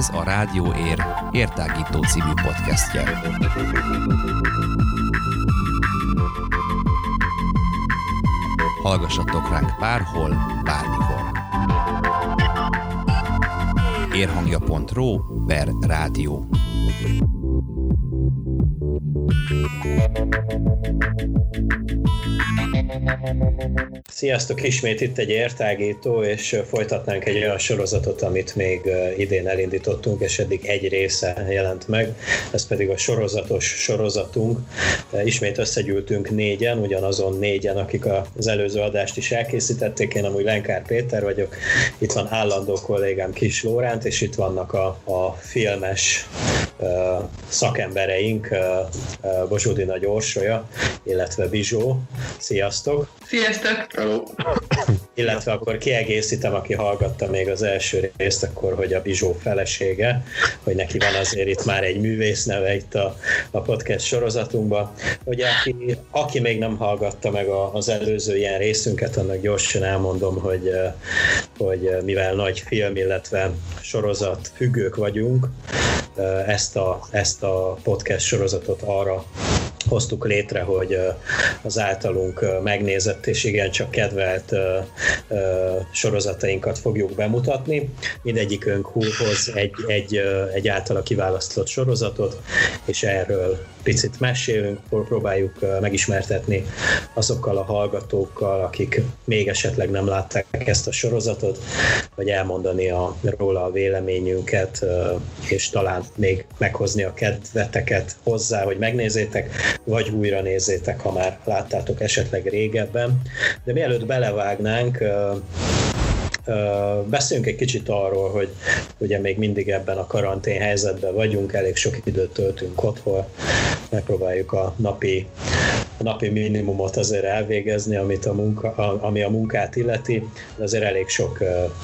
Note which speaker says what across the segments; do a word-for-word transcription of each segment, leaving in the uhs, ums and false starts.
Speaker 1: Ez a Rádió Ér Értágító című podcastje. Hallgassatok ránk bárhol, bármikor. érhangja pont ro per rádió.
Speaker 2: Sziasztok! Ismét itt egy értágító, és folytatnánk egy olyan sorozatot, amit még idén elindítottunk, és eddig egy része jelent meg, ez pedig a sorozatos sorozatunk. Ismét összegyűltünk négyen, ugyanazon négyen, akik az előző adást is elkészítették. Én amúgy Lenkár Péter vagyok, itt van állandó kollégám Kis Lóránt, és itt vannak a, a filmes uh, szakembereink, uh, uh, Bozsudi Nagy Orsolya, illetve Bizsó. Sziasztok!
Speaker 3: Sziasztok!
Speaker 4: Hello.
Speaker 2: Illetve akkor kiegészítem, aki hallgatta még az első részt, akkor, hogy a Bizsó felesége, hogy neki van azért itt már egy művész neve itt a, a podcast sorozatunkban. Ugye, aki, aki még nem hallgatta meg a, az előző ilyen részünket, annak gyorsan elmondom, hogy, hogy mivel nagy film, illetve sorozat függők vagyunk, ezt a, ezt a podcast sorozatot arra hoztuk létre, hogy az általunk megnézett és igencsak kedvelt sorozatainkat fogjuk bemutatni. Mindegyikünk hoz egy, egy, egy általa kiválasztott sorozatot, és erről picit mesélünk, próbáljuk megismertetni azokkal a hallgatókkal, akik még esetleg nem látták ezt a sorozatot, vagy elmondani a, róla a véleményünket, és talán még meghozni a kedveteket hozzá, hogy megnézzétek, vagy újra nézzétek, ha már láttátok esetleg régebben. De mielőtt belevágnánk, beszéljünk egy kicsit arról, hogy ugye még mindig ebben a karantén helyzetben vagyunk, elég sok időt töltünk otthon, megpróbáljuk a napi, a napi minimumot azért elvégezni, amit a munka, ami a munkát illeti, de azért elég sok,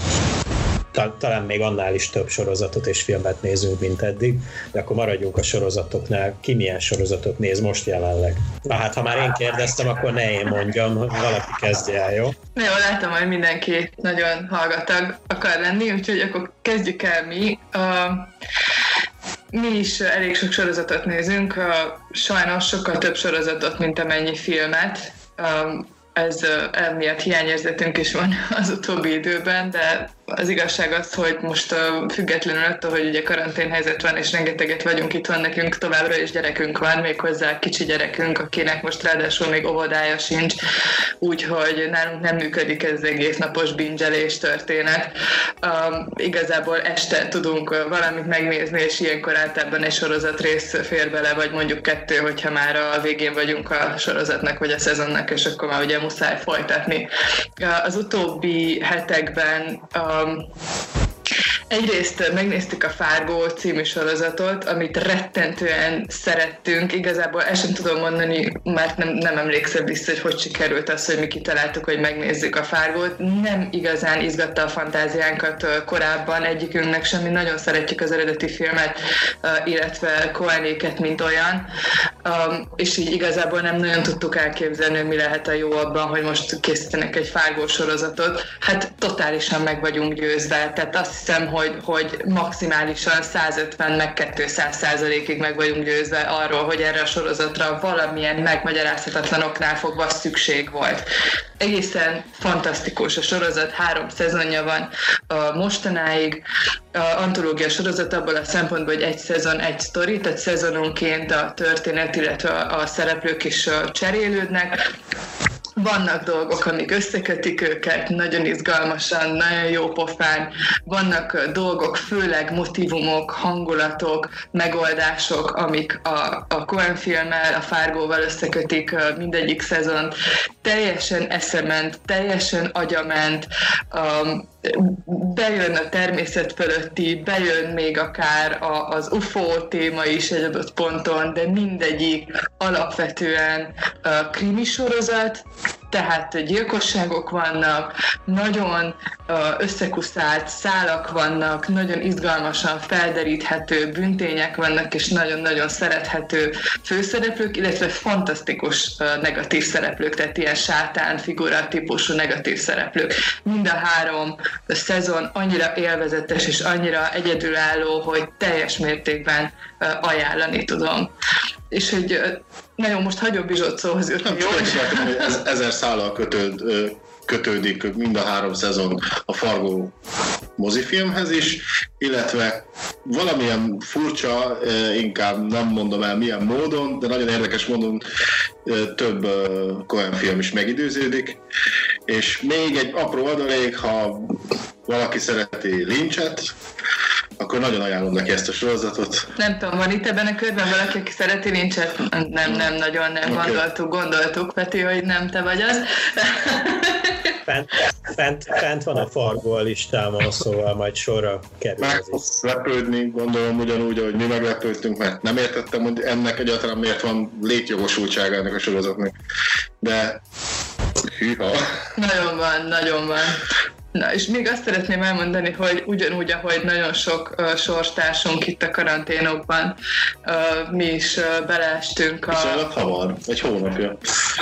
Speaker 2: talán még annál is több sorozatot és filmet nézünk, mint eddig, de akkor maradjunk a sorozatoknál. Ki milyen sorozatot néz most jelenleg? Na hát, ha már én kérdeztem, akkor ne én mondjam, valaki kezdje el, jó?
Speaker 3: Jó, látom, hogy mindenki nagyon hallgatag akar lenni, úgyhogy akkor kezdjük el mi. Uh, mi is elég sok sorozatot nézünk, uh, sajnos sokkal több sorozatot, mint amennyi filmet. Uh, ez uh, emiatt hiányérzetünk is van az utóbbi időben, de az igazság az, hogy most uh, függetlenül attól, hogy ugye karanténhelyzet van, és rengeteget vagyunk itthon, nekünk továbbra is gyerekünk van, méghozzá kicsi gyerekünk, akinek most ráadásul még óvodája sincs, úgyhogy nálunk nem működik ez az egész napos bingelés történet. Um, igazából este tudunk uh, valamit megnézni, és ilyenkor általában egy sorozatrész fér bele, vagy mondjuk kettő, hogyha már a végén vagyunk a sorozatnak, vagy a szezonnak, és akkor már ugye muszáj folytatni. Uh, az utóbbi hetekben uh, Um, egyrészt megnéztük a Fargo című sorozatot, amit rettentően szerettünk. Igazából ezt sem tudom mondani, mert nem, nem emlékszem vissza, hogy hogy sikerült az, hogy mi kitaláltuk, hogy megnézzük a Fargót. Nem igazán izgatta a fantáziánkat korábban egyikünknek sem. Mi nagyon szeretjük az eredeti filmet, illetve Coenéket, mint olyan. És így igazából nem nagyon tudtuk elképzelni, hogy mi lehet a jó abban, hogy most készítenek egy Fargo sorozatot. Hát totálisan meg vagyunk győzve. Tehát azt hiszem, hogy, hogy maximálisan százötven meg kétszáz százalékig meg vagyunk győzve arról, hogy erre a sorozatra valamilyen megmagyarázhatatlan oknál fogva szükség volt. Egészen fantasztikus a sorozat, három szezonja van uh, mostanáig. Uh, antológia sorozat abból a szempontból, hogy egy szezon, egy sztori, tehát szezononként a történet, illetve a, a szereplők is uh, cserélődnek. Vannak dolgok, amik összekötik őket, nagyon izgalmasan, nagyon jó pofán. Vannak dolgok, főleg motívumok, hangulatok, megoldások, amik a, a Coen-filmmel, a Fargóval összekötik mindegyik szezont. Teljesen eszement, teljesen agyament, um, bejön a természet fölötti, bejön még akár a, az u f o téma is egy adott ponton, de mindegyik alapvetően uh, krimi sorozat, tehát gyilkosságok vannak, nagyon összekuszált szálak vannak, nagyon izgalmasan felderíthető bűntények vannak, és nagyon-nagyon szerethető főszereplők, illetve fantasztikus negatív szereplők, tehát ilyen sátán figura típusú negatív szereplők. Mind a három szezon annyira élvezetes és annyira egyedülálló, hogy teljes mértékben ajánlani tudom. És hogy nagyon most hagyom Bizsot szóhoz jutni,
Speaker 4: jó? Nem, ez, ezer szállal kötőd, kötődik mind a három szezon a Fargo mozifilmhez is, illetve valamilyen furcsa, inkább nem mondom el milyen módon, de nagyon érdekes módon több Coen film is megidőződik, és még egy apró adalék, ha valaki szereti Lynchet, akkor nagyon ajánlom neki ezt a sorozatot.
Speaker 3: Nem tudom, van itt ebben a körben valaki, aki szereti Lynchet? Nem, nem, nagyon nem okay. gondoltuk, gondoltuk, Peti, hogy nem te vagy az.
Speaker 2: Fent, fent, fent van a Fargo a listámon, szóval majd sorra kerül.
Speaker 4: Meg fogsz lepődni, gondolom ugyanúgy, ahogy mi meglepődtünk, mert nem értettem, hogy ennek egyáltalán miért van létjogosultsága ennek a sorozatnak. De hűha.
Speaker 3: Nagyon van, nagyon van. Na, és még azt szeretném elmondani, hogy ugyanúgy, ahogy nagyon sok uh, sorstársunk itt a karanténokban, uh, mi is uh, beleestünk a...
Speaker 4: Viszonylag hamar, egy hónapja.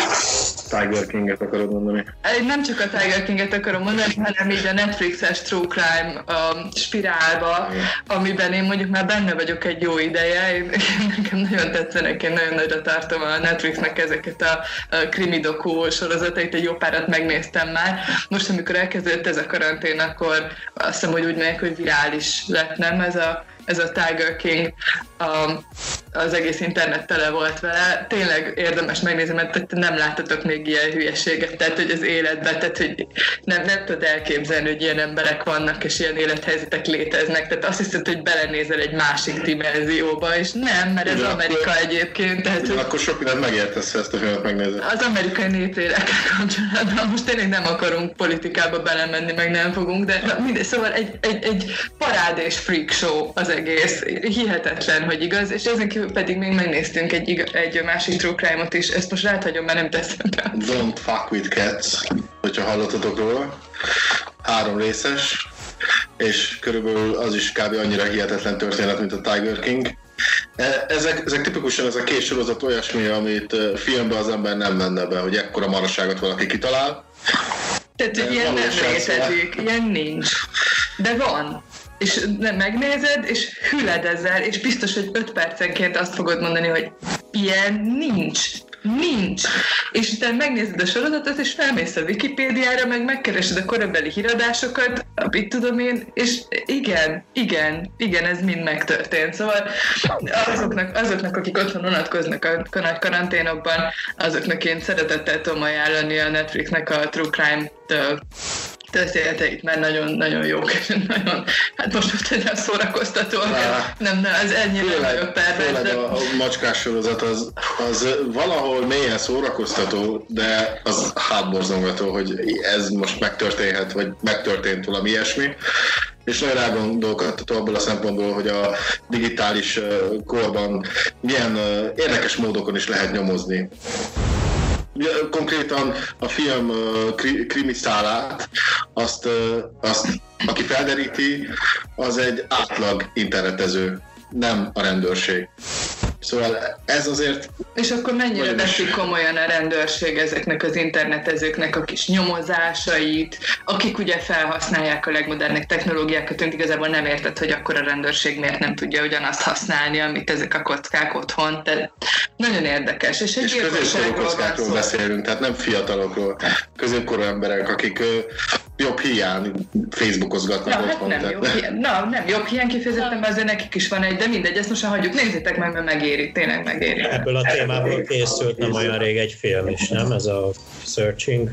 Speaker 4: Tiger King-et akarod mondani?
Speaker 3: Nem csak a Tiger King-et akarom mondani, hanem így a Netflixes True Crime uh, spirálba, amiben én mondjuk már benne vagyok egy jó ideje. Én, nekem nagyon tetszenek, én nagyon nagyra tartom a Netflixnek ezeket a, a krimi doku sorozatait, egy jó párat megnéztem már. Most, amikor elkezdődött ez a karantén, akkor azt hiszem, hogy úgy megyek, hogy virális lett, nem? Ez a, ez a Tiger King, a, az egész internet tele volt vele. Tényleg érdemes megnézni, mert nem láttatok még ilyen hülyeséget, tehát hogy az életben, tehát hogy nem, nem tudod elképzelni, hogy ilyen emberek vannak, és ilyen élethelyzetek léteznek, tehát azt hiszed, hogy belenézel egy másik dimenzióba, és nem, mert ez Amerika akkor, egyébként. Tehát, hogy
Speaker 4: akkor sok mindent megértesz, ezt a filmet megnézni.
Speaker 3: Az amerikai néplélekkel kapcsolatban, most tényleg nem akarunk politikába belemenni, meg nem fogunk, de na, mindegy, szóval egy, egy, egy parádés freak show az egész, hihetetlen, hogy igaz, és ezen kívül pedig még megnéztünk egy, egy másik true crime-ot is, ezt most ráthagyom, mert nem teszem be.
Speaker 4: Don't Fuck With Cats, hogyha hallottatok róla, három részes, és körülbelül az is kb. Annyira hihetetlen történet, mint a Tiger King. Ezek, ezek tipikusan ez a két sorozat olyasmi, amit filmben az ember nem menne be, hogy ekkora maraságot valaki kitalál.
Speaker 3: Tehát, hogy ilyen nem létezik, ilyen nincs. De van. És nem megnézed, és hüled ezzel, és biztos, hogy öt percenként azt fogod mondani, hogy ilyen nincs. Nincs. És utána megnézed a sorozatot, és felmész a Wikipédiára, meg megkeresed a korabeli híradásokat, mit tudom én, és igen, igen, igen, ez mind megtörtént. Szóval azoknak, azoknak akik otthon unatkoznak a nagy karanténokban, azoknak én szeretettel tudom ajánlani a Netflixnek a True Crime történeteit, mert nagyon-nagyon jók, és nagyon, hát most most nagyon szórakoztatóak, nem, nem, az ennyire vagyok pervers.
Speaker 4: Főleg a, a macskás sorozat az, az valahol mélyen szórakoztató, de az hátborzongató, hogy ez most megtörténhet, vagy megtörtént valami ilyesmi. És nagyon elgondolkodtató abból a szempontból, hogy a digitális korban milyen érdekes módokon is lehet nyomozni. Konkrétan a film uh, krimi szálát, azt, uh, azt, aki felderíti, az egy átlag internetező, nem a rendőrség. Szóval ez azért...
Speaker 3: És akkor mennyire veszik komolyan a rendőrség ezeknek az internetezőknek a kis nyomozásait, akik ugye felhasználják a legmodernebb technológiákat, ön igazából nem érted, hogy akkor a rendőrség miért nem tudja ugyanazt használni, amit ezek a kockák otthon. Tehát nagyon érdekes. És,
Speaker 4: és középkorú kockákról beszélünk, tehát nem fiatalokról. Középkorú emberek, akik jobb hiány Facebookozgatnak
Speaker 3: na,
Speaker 4: otthon.
Speaker 3: Hát nem, jobb hiány, na, nem jobb hiány kifejezetten, mert azért nekik is van egy, de mindegy, ezt most hagyjuk, nézzétek meg, mert megéri, tényleg megéri.
Speaker 2: Ebből a témából készült nem olyan rég egy film is, nem? Ez a Searching.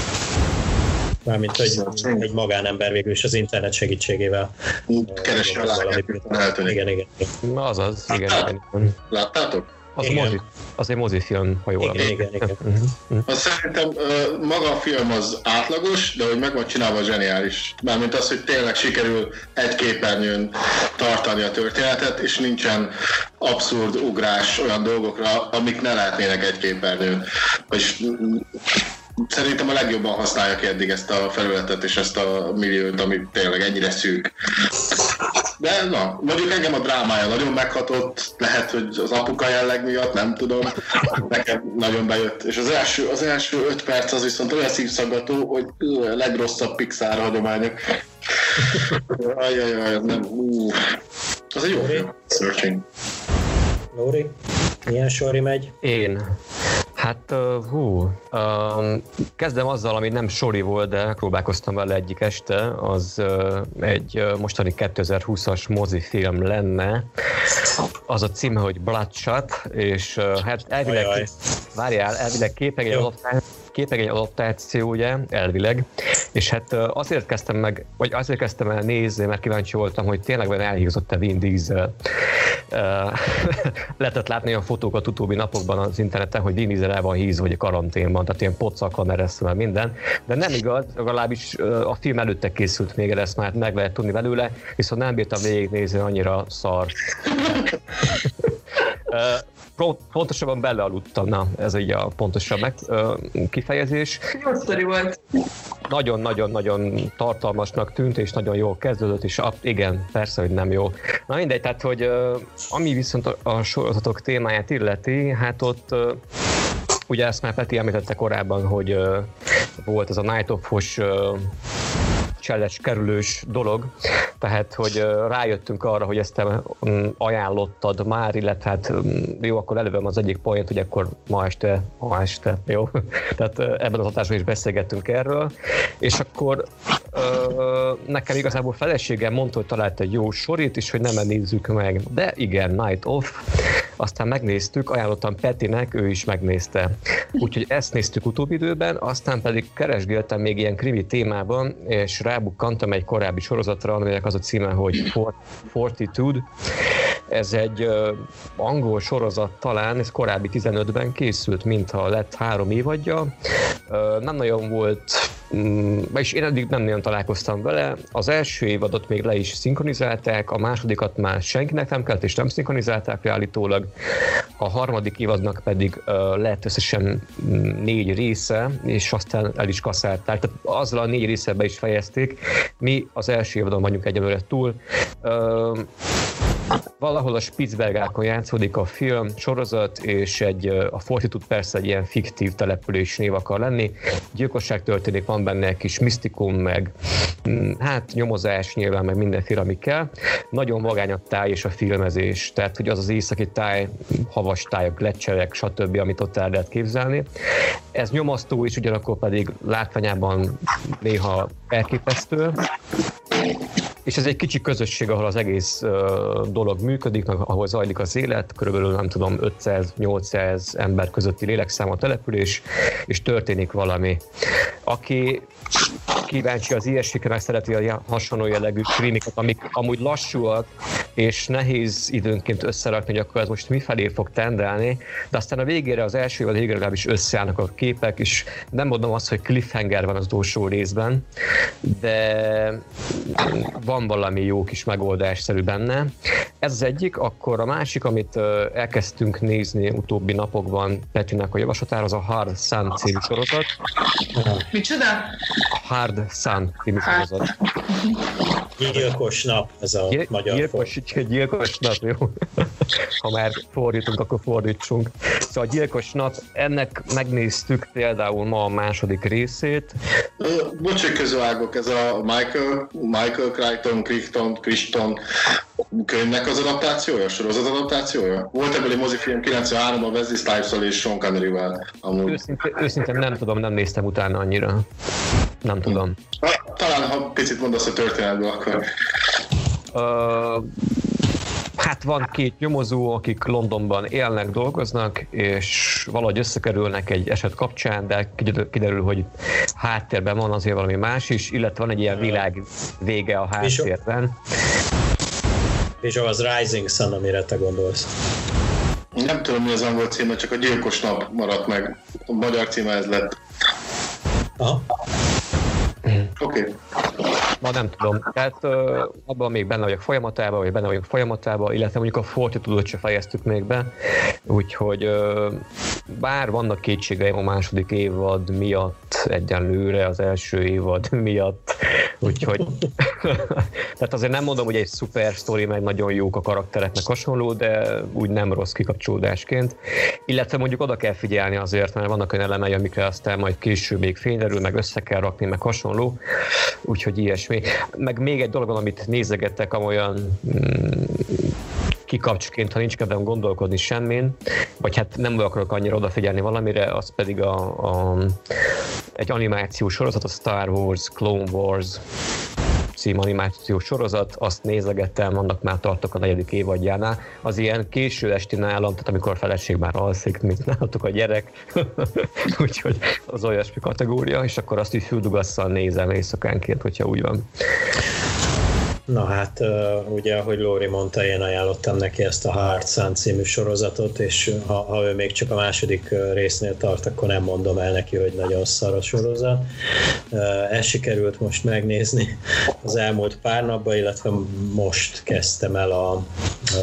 Speaker 2: Mármint, hogy egy magánember végül is az internet segítségével
Speaker 4: keresi a lányát.
Speaker 2: Igen, igen.
Speaker 5: Na azaz, igen, igen.
Speaker 4: Láttátok?
Speaker 5: Az, mozi, az egy mozifilm, ha jól
Speaker 2: igen, igen, igen.
Speaker 4: Azt szerintem maga a film az átlagos, de hogy meg van csinálva zseniális. Mármint az, hogy tényleg sikerül egy képernyőn tartani a történetet, és nincsen abszurd ugrás olyan dolgokra, amik ne lehetnének egy képernyőn. És szerintem a legjobban használja ki eddig ezt a felületet és ezt a milliót, ami tényleg ennyire szűk. De na, mondjuk engem a drámája nagyon meghatott, lehet, hogy az apuka jelleg miatt, nem tudom, nekem nagyon bejött. És az első, az első öt perc az viszont olyan szívszaggató, hogy a legrosszabb Pixar hagyományok. Ajajaj, nem, ú. Az egy jó film. Searching.
Speaker 2: Lóri, milyen sori megy?
Speaker 5: Én. Hát, uh, hú, uh, kezdem azzal, ami nem sori volt, de próbálkoztam vele egyik este, az uh, egy uh, mostani kétezer-húszas mozifilm lenne. Az a címe, hogy Bloodshot, és uh, hát elvileg,
Speaker 2: Ajaj.
Speaker 5: várjál, elvileg képregény adaptáció, képregény adaptáció, ugye, elvileg, és hát uh, azért kezdtem meg, vagy azért kezdtem el nézni, mert kíváncsi voltam, hogy tényleg benne elhízott-e Vin Diesel. Uh, lehetett látni olyan fotókat utóbbi napokban az interneten, hogy Vin Diesel el van hízva, hogy a karanténban, tehát ilyen pocaka, mereszve minden, de nem igaz, legalábbis uh, a film előtte készült még, ezt már meg lehet tudni belőle, viszont nem bírtam végignézni, annyira szar. uh, Pontosabban belealudtam, na, ez így a pontosabb meg, uh, kifejezés.
Speaker 3: Jó sztori volt.
Speaker 5: Nagyon-nagyon-nagyon tartalmasnak tűnt, és nagyon jól kezdődött, és a, igen, persze, hogy nem jó. Na mindegy, tehát, hogy uh, ami viszont a, a sorozatok témáját illeti, hát ott uh, ugye ezt már Peti említette korábban, hogy uh, volt ez a Night of-os uh, cseles kerülős dolog, tehát, hogy uh, rájöttünk arra, hogy ezt te um, ajánlottad már, illetve hát um, jó, akkor elővem az egyik point, hogy akkor ma este, ma este, jó? Tehát uh, ebben az adásban is beszélgettünk erről, és akkor uh, nekem igazából feleségem mondta, hogy talált egy jó sorit, és hogy nem nézzük meg, de igen, Night Off, aztán megnéztük, ajánlottam Petinek, ő is megnézte. Úgyhogy ezt néztük utóbbi időben, aztán pedig keresgéltem még ilyen krimi témában, és rábukkantam egy korábbi sorozatra, aminek az a címe, hogy Fortitude. Ez egy uh, angol sorozat talán, ez korábbi tizenötben készült, mintha lett három évadja. Uh, nem nagyon volt, um, és én eddig nem nagyon találkoztam vele. Az első évadot még le is szinkronizálták, a másodikat már senkinek nem kellett, és nem szinkronizálták állítólag. A harmadik évadnak pedig uh, lett összesen négy része, és aztán el is kaszálták. Tehát azzal a négy részben be is fejezték. Mi az első évadon vagyunk egyelőre túl. Uh, Valahol a Spitzbergákon játszódik a film, sorozat, és egy, a Fortitude persze egy ilyen fiktív település név akar lenni. Gyilkosság történik, van benne egy kis misztikum, meg hát nyomozás nyilván, meg mindenféle, ami kell. Nagyon vagány a táj és a filmezés, tehát hogy az az északi táj, havas tájak, gletszerek, stb., amit ott el lehet képzelni. Ez nyomasztó, és ugyanakkor pedig látványában néha elképesztő. És ez egy kicsi közösség, ahol az egész uh, dolog működik, ahol zajlik az élet, körülbelül nem tudom ötszáz-nyolcszáz ember közötti lélekszám a település, és történik valami. Aki kíváncsi az ilyesikre, meg szereti a hasonló jellegű krimeket, amik amúgy lassúak, és nehéz időnként összerakni, hogy akkor ez most mifelé fog tendálni, de aztán a végére, az első vagy végére legalábbis összeállnak a képek, és nem mondom azt, hogy cliffhanger van az utolsó részben, de van valami jó kis megoldásszerű benne. Ez az egyik, akkor a másik, amit elkezdtünk nézni utóbbi napokban Petinek a javaslatára, az a Hard Sun című sorozat.
Speaker 3: Micsoda?
Speaker 5: Hard Sun című sorozat.
Speaker 2: Gyilkos nap, ez a
Speaker 5: Gyil-
Speaker 2: magyar
Speaker 5: gyilkos, gyilkos nap, jó. Ha már fordítunk, akkor fordítsunk. Szóval a gyilkos nap, ennek megnéztük például ma a második részét.
Speaker 4: Bocs, hogy közvágok, ez a Michael, Michael Crichton, Crichton, Crichton könyvnek az adaptációja, sorozat adaptációja? Volt ebből egy mozifilm kilencvenháromban Wesley Snipes-szal és Sean Connery-vel.
Speaker 5: Őszintén, őszintén nem tudom, nem néztem utána annyira. Nem tudom.
Speaker 4: Ha, talán, ha picit mondasz a történetből, akkor...
Speaker 5: Uh, hát van két nyomozó, akik Londonban élnek, dolgoznak, és valahogy összekerülnek egy eset kapcsán, de kiderül, hogy háttérben van azért valami más is, illetve van egy ilyen világ vége a háttérben.
Speaker 2: És az Rising Sun, amire te gondolsz.
Speaker 4: Nem tudom, mi az angol címe, csak a gyilkos nap maradt meg. A magyar címe ez lett.
Speaker 2: Aha.
Speaker 4: Oké. Okay.
Speaker 5: Ma nem tudom. Tehát uh, abban még benne vagyok folyamatában, vagy benne vagyok folyamatában, illetve mondjuk a Fortitude-ot se fejeztük még be. Úgyhogy uh, bár vannak kétségeim a második évad miatt egyenlőre, az első évad miatt, úgyhogy tehát azért nem mondom, hogy egy szuper sztori, meg nagyon jók a karakterek, meg hasonló, de úgy nem rossz kikapcsolódásként. Illetve mondjuk oda kell figyelni azért, mert vannak olyan elemei, amikre aztán majd később még fényderül, meg össze kell rakni, meg hasonló. Úgyhogy ilyesmi. Meg még egy dolog, amit nézegettek, amolyan mm, kikapcsként, ha nincs kedvem gondolkodni semmin, vagy hát nem akarok annyira odafigyelni valamire, az pedig a, a, egy animációs sorozat, a Star Wars Clone Wars című animációs sorozat, azt nézegettem, annak már tartok a negyedik évadjánál. Az ilyen késő esti nálam, tehát amikor a feleség már alszik, mint nálatok a gyerek, úgyhogy az olyasmi kategória, és akkor azt is füldugasszal nézem éjszakánként, hogyha úgy van.
Speaker 2: Na hát, ugye, ahogy Lóri mondta, én ajánlottam neki ezt a Hard Sun című sorozatot, és ha, ha ő még csak a második résznél tart, akkor nem mondom el neki, hogy nagyon szar a sorozat. Ezt sikerült most megnézni az elmúlt pár napban, illetve most kezdtem el a, a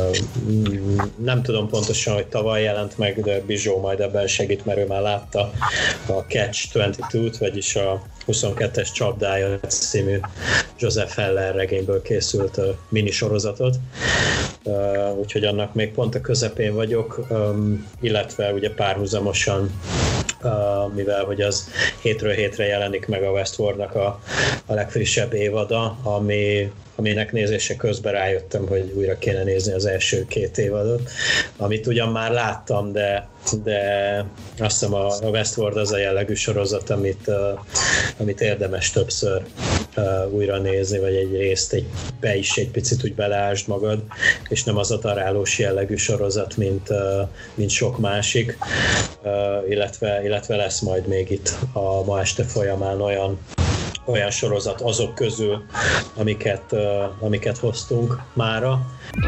Speaker 2: nem tudom pontosan, hogy tavaly jelent meg, de Bizsó majd ebben segít, mert ő már látta a Catch huszonkettőt, vagyis a huszonkettes csapdája című Joseph Heller regényből készült uh, mini sorozatot, uh, úgyhogy annak még pont a közepén vagyok, um, illetve ugye párhuzamosan, uh, mivel hogy az hétről hétre jelenik meg a Westworldnak a, a legfrissebb évada, ami aminek nézése közben rájöttem, hogy újra kéne nézni az első két évadot, amit ugyan már láttam, de, de azt hiszem a Westworld az a jellegű sorozat, amit, uh, amit érdemes többször uh, újra nézni, vagy egy részt egy, be is egy picit úgy beleásd magad, és nem az a darálós jellegű sorozat, mint, uh, mint sok másik, uh, illetve, illetve lesz majd még itt a ma este folyamán olyan olyan sorozat azok közül, amiket, uh, amiket hoztunk mára.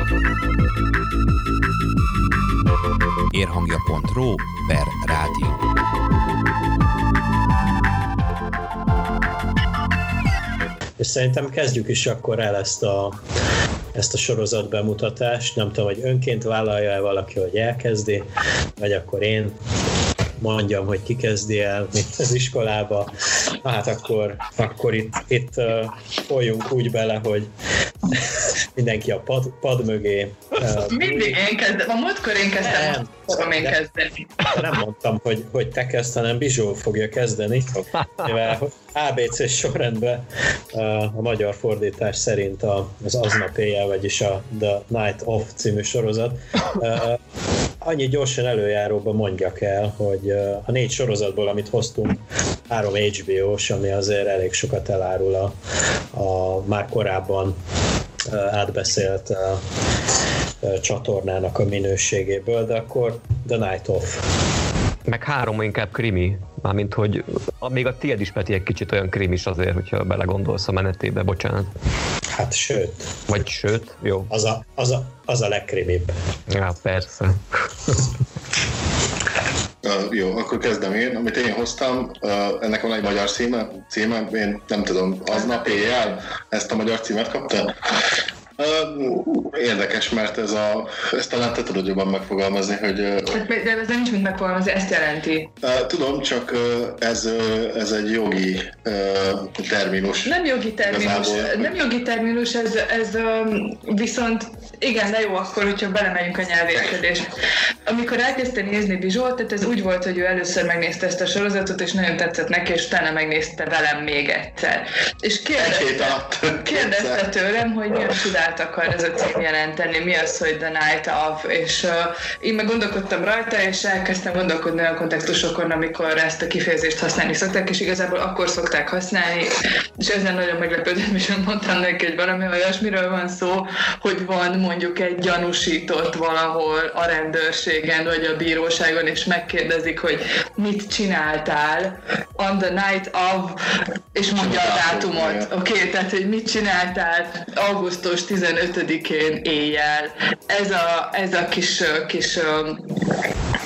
Speaker 1: érhangja pont ro per rádió.
Speaker 2: És szerintem kezdjük is akkor el ezt a, ezt a sorozat bemutatást. Nem tudom, hogy önként vállalja-e valaki, hogy elkezdi, vagy akkor én mondjam, hogy ki kezdi el, mint az iskolába. Na hát akkor, akkor itt, itt uh, folyjunk úgy bele, hogy mindenki a pad, pad mögé. Uh,
Speaker 3: Mindig én kezdem. A múltkor én kezdtem, nem, fogom én kezdeni.
Speaker 2: Nem mondtam, hogy, hogy te kezd, hanem Bizsó fogja kezdeni, mivel á bé cé sorrendben uh, a magyar fordítás szerint az Aznap éjjel, vagyis a The Night Of című sorozat. Uh, Annyi gyorsan előjáróban mondjak el, hogy a négy sorozatból, amit hoztunk, három há bé ó-s, ami azért elég sokat elárul a, a már korábban átbeszélt a, a csatornának a minőségéből, de akkor The Night Of.
Speaker 5: Meg három inkább krimi, mármint hogy még a tiéd is, Peti, egy kicsit olyan krimis azért, hogyha belegondolsz a menetébe, bocsánat.
Speaker 2: Hát sőt.
Speaker 5: Vagy sőt, jó.
Speaker 2: Az a, az a, az a legkrimibb.
Speaker 5: Ja, persze.
Speaker 4: Uh, jó, akkor kezdem én. Amit én hoztam, uh, ennek van egy magyar címe, címe, én nem tudom, Aznap éjjel, ezt a magyar címet kapta. Uh, érdekes, mert ez a, ezt talán te tudod jobban megfogalmazni, hogy... Uh,
Speaker 3: de ez nincs mit megfogalmazni, ezt jelenti.
Speaker 4: Uh, tudom, csak uh, ez, uh, ez egy jogi uh, terminus.
Speaker 3: Nem jogi terminus, igazából. nem jogi terminus, ez, ez um, viszont igen, de jó akkor, hogyha belemegyünk a nyelvérkedésbe. Amikor elkezdte nézni Bizsót, tehát ez úgy volt, hogy ő először megnézte ezt a sorozatot, és nagyon tetszett neki, és utána megnézte velem még egyszer. És kérdezte, kérdezte tőlem, hogy milyen csodát akar ez a cím jelenteni, mi az, hogy The Night Of, és uh, én meg gondolkodtam rajta, és elkezdtem gondolkodni olyan kontextusokon, amikor ezt a kifejezést használni szokták, és igazából akkor szokták használni, és ezen nagyon meglepődtem, és mondtam neki, hogy valami olyasmiről van szó, hogy van mondjuk egy gyanúsított valahol a rendőrségen, vagy a bíróságon, és megkérdezik, hogy mit csináltál on the night of, és mondja a dátumot. Oké, okay, tehát, hogy mit csináltál augusztus tizenötödikén éjjel. Ez a, ez a kis, kis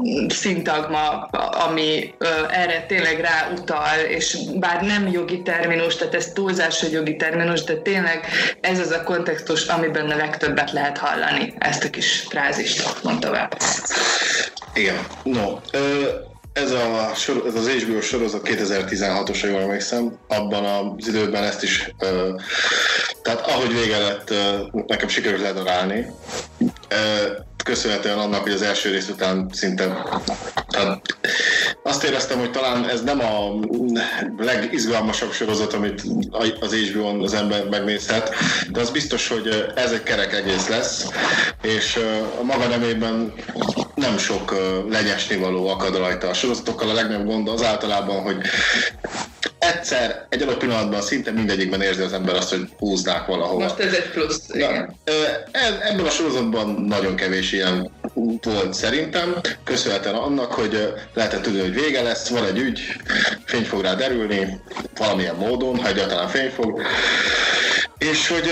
Speaker 3: szintagma, ami erre tényleg ráutal, és bár nem jogi terminus, tehát ez túlzás, hogy jogi terminus, de tényleg ez az a kontextus, amiben a legtöbbet lehet hallani. Ezt a kis frázist mond tovább.
Speaker 4: Igen. No, ez, a, ez az há bé o sorozat kétezer-tizenhatos, ha jól emlékszem, abban az időben ezt is, tehát ahogy vége lett, nekem sikerült ledarálni. Köszönhetően annak, hogy az első rész után szinte tehát azt éreztem, hogy talán ez nem a legizgalmasabb sorozat, amit az há bé o-n az ember megnézhet, de az biztos, hogy ez egy kerek egész lesz, és a maga nemében nem sok lenyesnivaló akad rajta. A sorozatokkal a legnagyobb gond az általában, hogy egyszer, egy adott pillanatban szinte mindegyikben érzi az ember azt, hogy húznák valahova.
Speaker 3: Most ez egy plusz, igen.
Speaker 4: Ebben a sorozatban nagyon kevés ilyen volt szerintem, köszönhetően annak, hogy lehetett tudni, hogy vége lesz, van egy ügy, fény fog rá derülni, valamilyen módon, ha egyáltalán fény fog, és hogy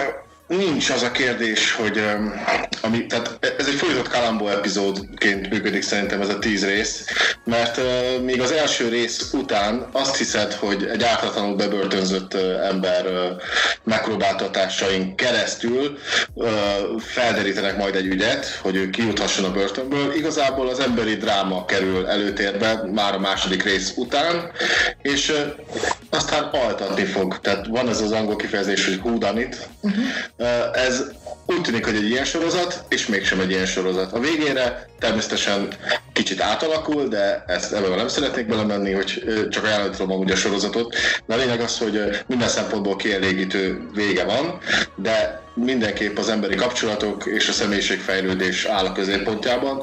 Speaker 4: nincs az a kérdés, hogy ami, tehát ez egy folytatott Columbo epizódként működik szerintem ez a tíz rész, mert uh, még az első rész után azt hiszed, hogy egy ártatlanul bebörtönzött uh, ember uh, megpróbáltatásain keresztül uh, felderítenek majd egy ügyet, hogy ő kijuthasson a börtönből. Igazából az emberi dráma kerül előtérbe már a második rész után, és uh, aztán altatni fog. Tehát van ez az angol kifejezés, hogy who done it. Uh-huh. Ez úgy tűnik, hogy egy ilyen sorozat, és mégsem egy ilyen sorozat. A végére természetesen kicsit átalakul, de ezt ebben nem szeretnék belemenni, hogy csak ajánlani tudom amúgy a sorozatot. De a lényeg az, hogy minden szempontból kielégítő vége van, de mindenképp az emberi kapcsolatok és a személyiségfejlődés áll a középpontjában.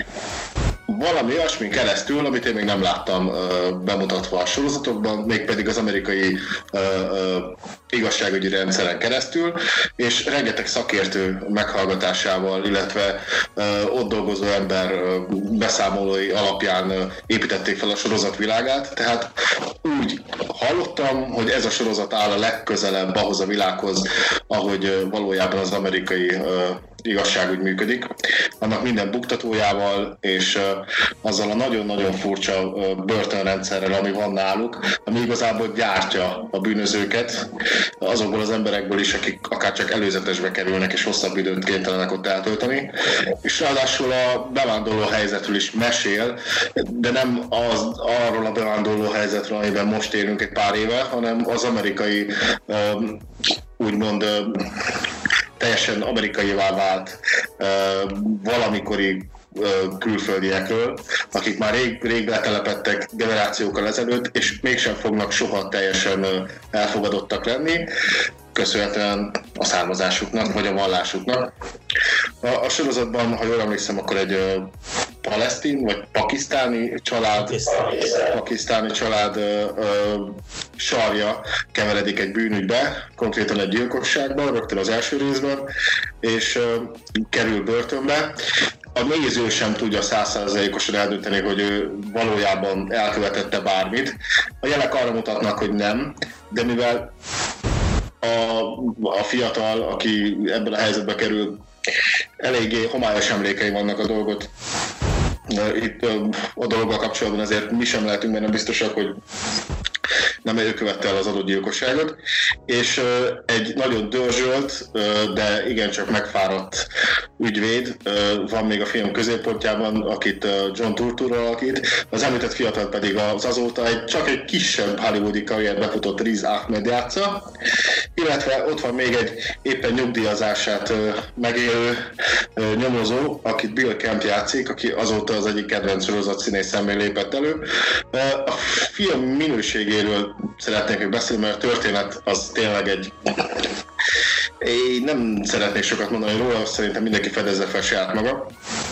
Speaker 4: Valami olyasmin keresztül, amit én még nem láttam uh, bemutatva a sorozatokban, mégpedig az amerikai uh, uh, igazságügyi rendszeren keresztül, és rengeteg szakértő meghallgatásával, illetve uh, ott dolgozó ember uh, beszámolói alapján uh, építették fel a sorozat világát, tehát úgy hallottam, hogy ez a sorozat áll a legközelebb ahhoz a világhoz, ahogy uh, valójában az amerikai uh, igazságügy működik, annak minden buktatójával, és uh, azzal a nagyon-nagyon furcsa uh, börtönrendszerrel, ami van náluk, ami igazából gyártja a bűnözőket, azokból az emberekből is, akik akár csak előzetesbe kerülnek, és hosszabb időt kénytelenek ott eltölteni. És ráadásul a bevándorló helyzetről is mesél, de nem az, arról a bevándorló helyzetről, amiben most élünk egy pár éve, hanem az amerikai um, úgymond um, teljesen amerikaivá vált uh, valamikori uh, külföldiekről, akik már rég, rég letelepedtek generációkkal ezelőtt, és mégsem fognak soha teljesen uh, elfogadottak lenni, köszönhetően a származásuknak, vagy a vallásuknak. A, a sorozatban, ha jól emlékszem, akkor egy uh, palesztin, vagy pakisztáni család, pakisztáni család uh, uh, sarja keveredik egy bűnügybe, konkrétan egy gyilkosságban, rögtön az első részben, és uh, kerül börtönbe. A néző sem tudja száz százalékosan eldönteni, hogy ő valójában elkövetette bármit. A jelek arra mutatnak, hogy nem, de mivel a, a fiatal, aki ebben a helyzetbe kerül, eléggé homályos emlékei vannak a dolgot. Itt a dologgal kapcsolatban azért mi sem lehetünk benne biztosak, hogy nem ő követte el az adott gyilkosságot, és egy nagyon dörzsölt, de igencsak megfáradt ügyvéd van még a film középpontjában, akit John Turturro alakít, az említett fiatal pedig az azóta egy, csak egy kisebb hollywoodi karriert befutott Riz Ahmed játsza, illetve ott van még egy éppen nyugdíjazását megélő nyomozó, akit Bill Camp játszik, aki azóta az egyik kedvenc sorozat színészemmé lépett elő. A film minőségéről szeretnék még beszélni, mert a történet az tényleg egy... Én nem szeretnék sokat mondani róla, szerintem mindenki fedezze fel saját maga.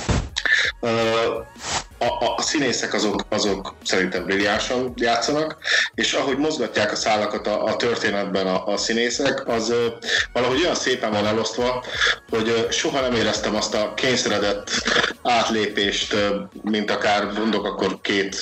Speaker 4: A, a, a színészek azok, azok szerintem brilliánsan játszanak, és ahogy mozgatják a szálakat a, a történetben a, a színészek, az uh, valahogy olyan szépen van elosztva, hogy uh, soha nem éreztem azt a kényszeredett átlépést, uh, mint akár mondok akkor két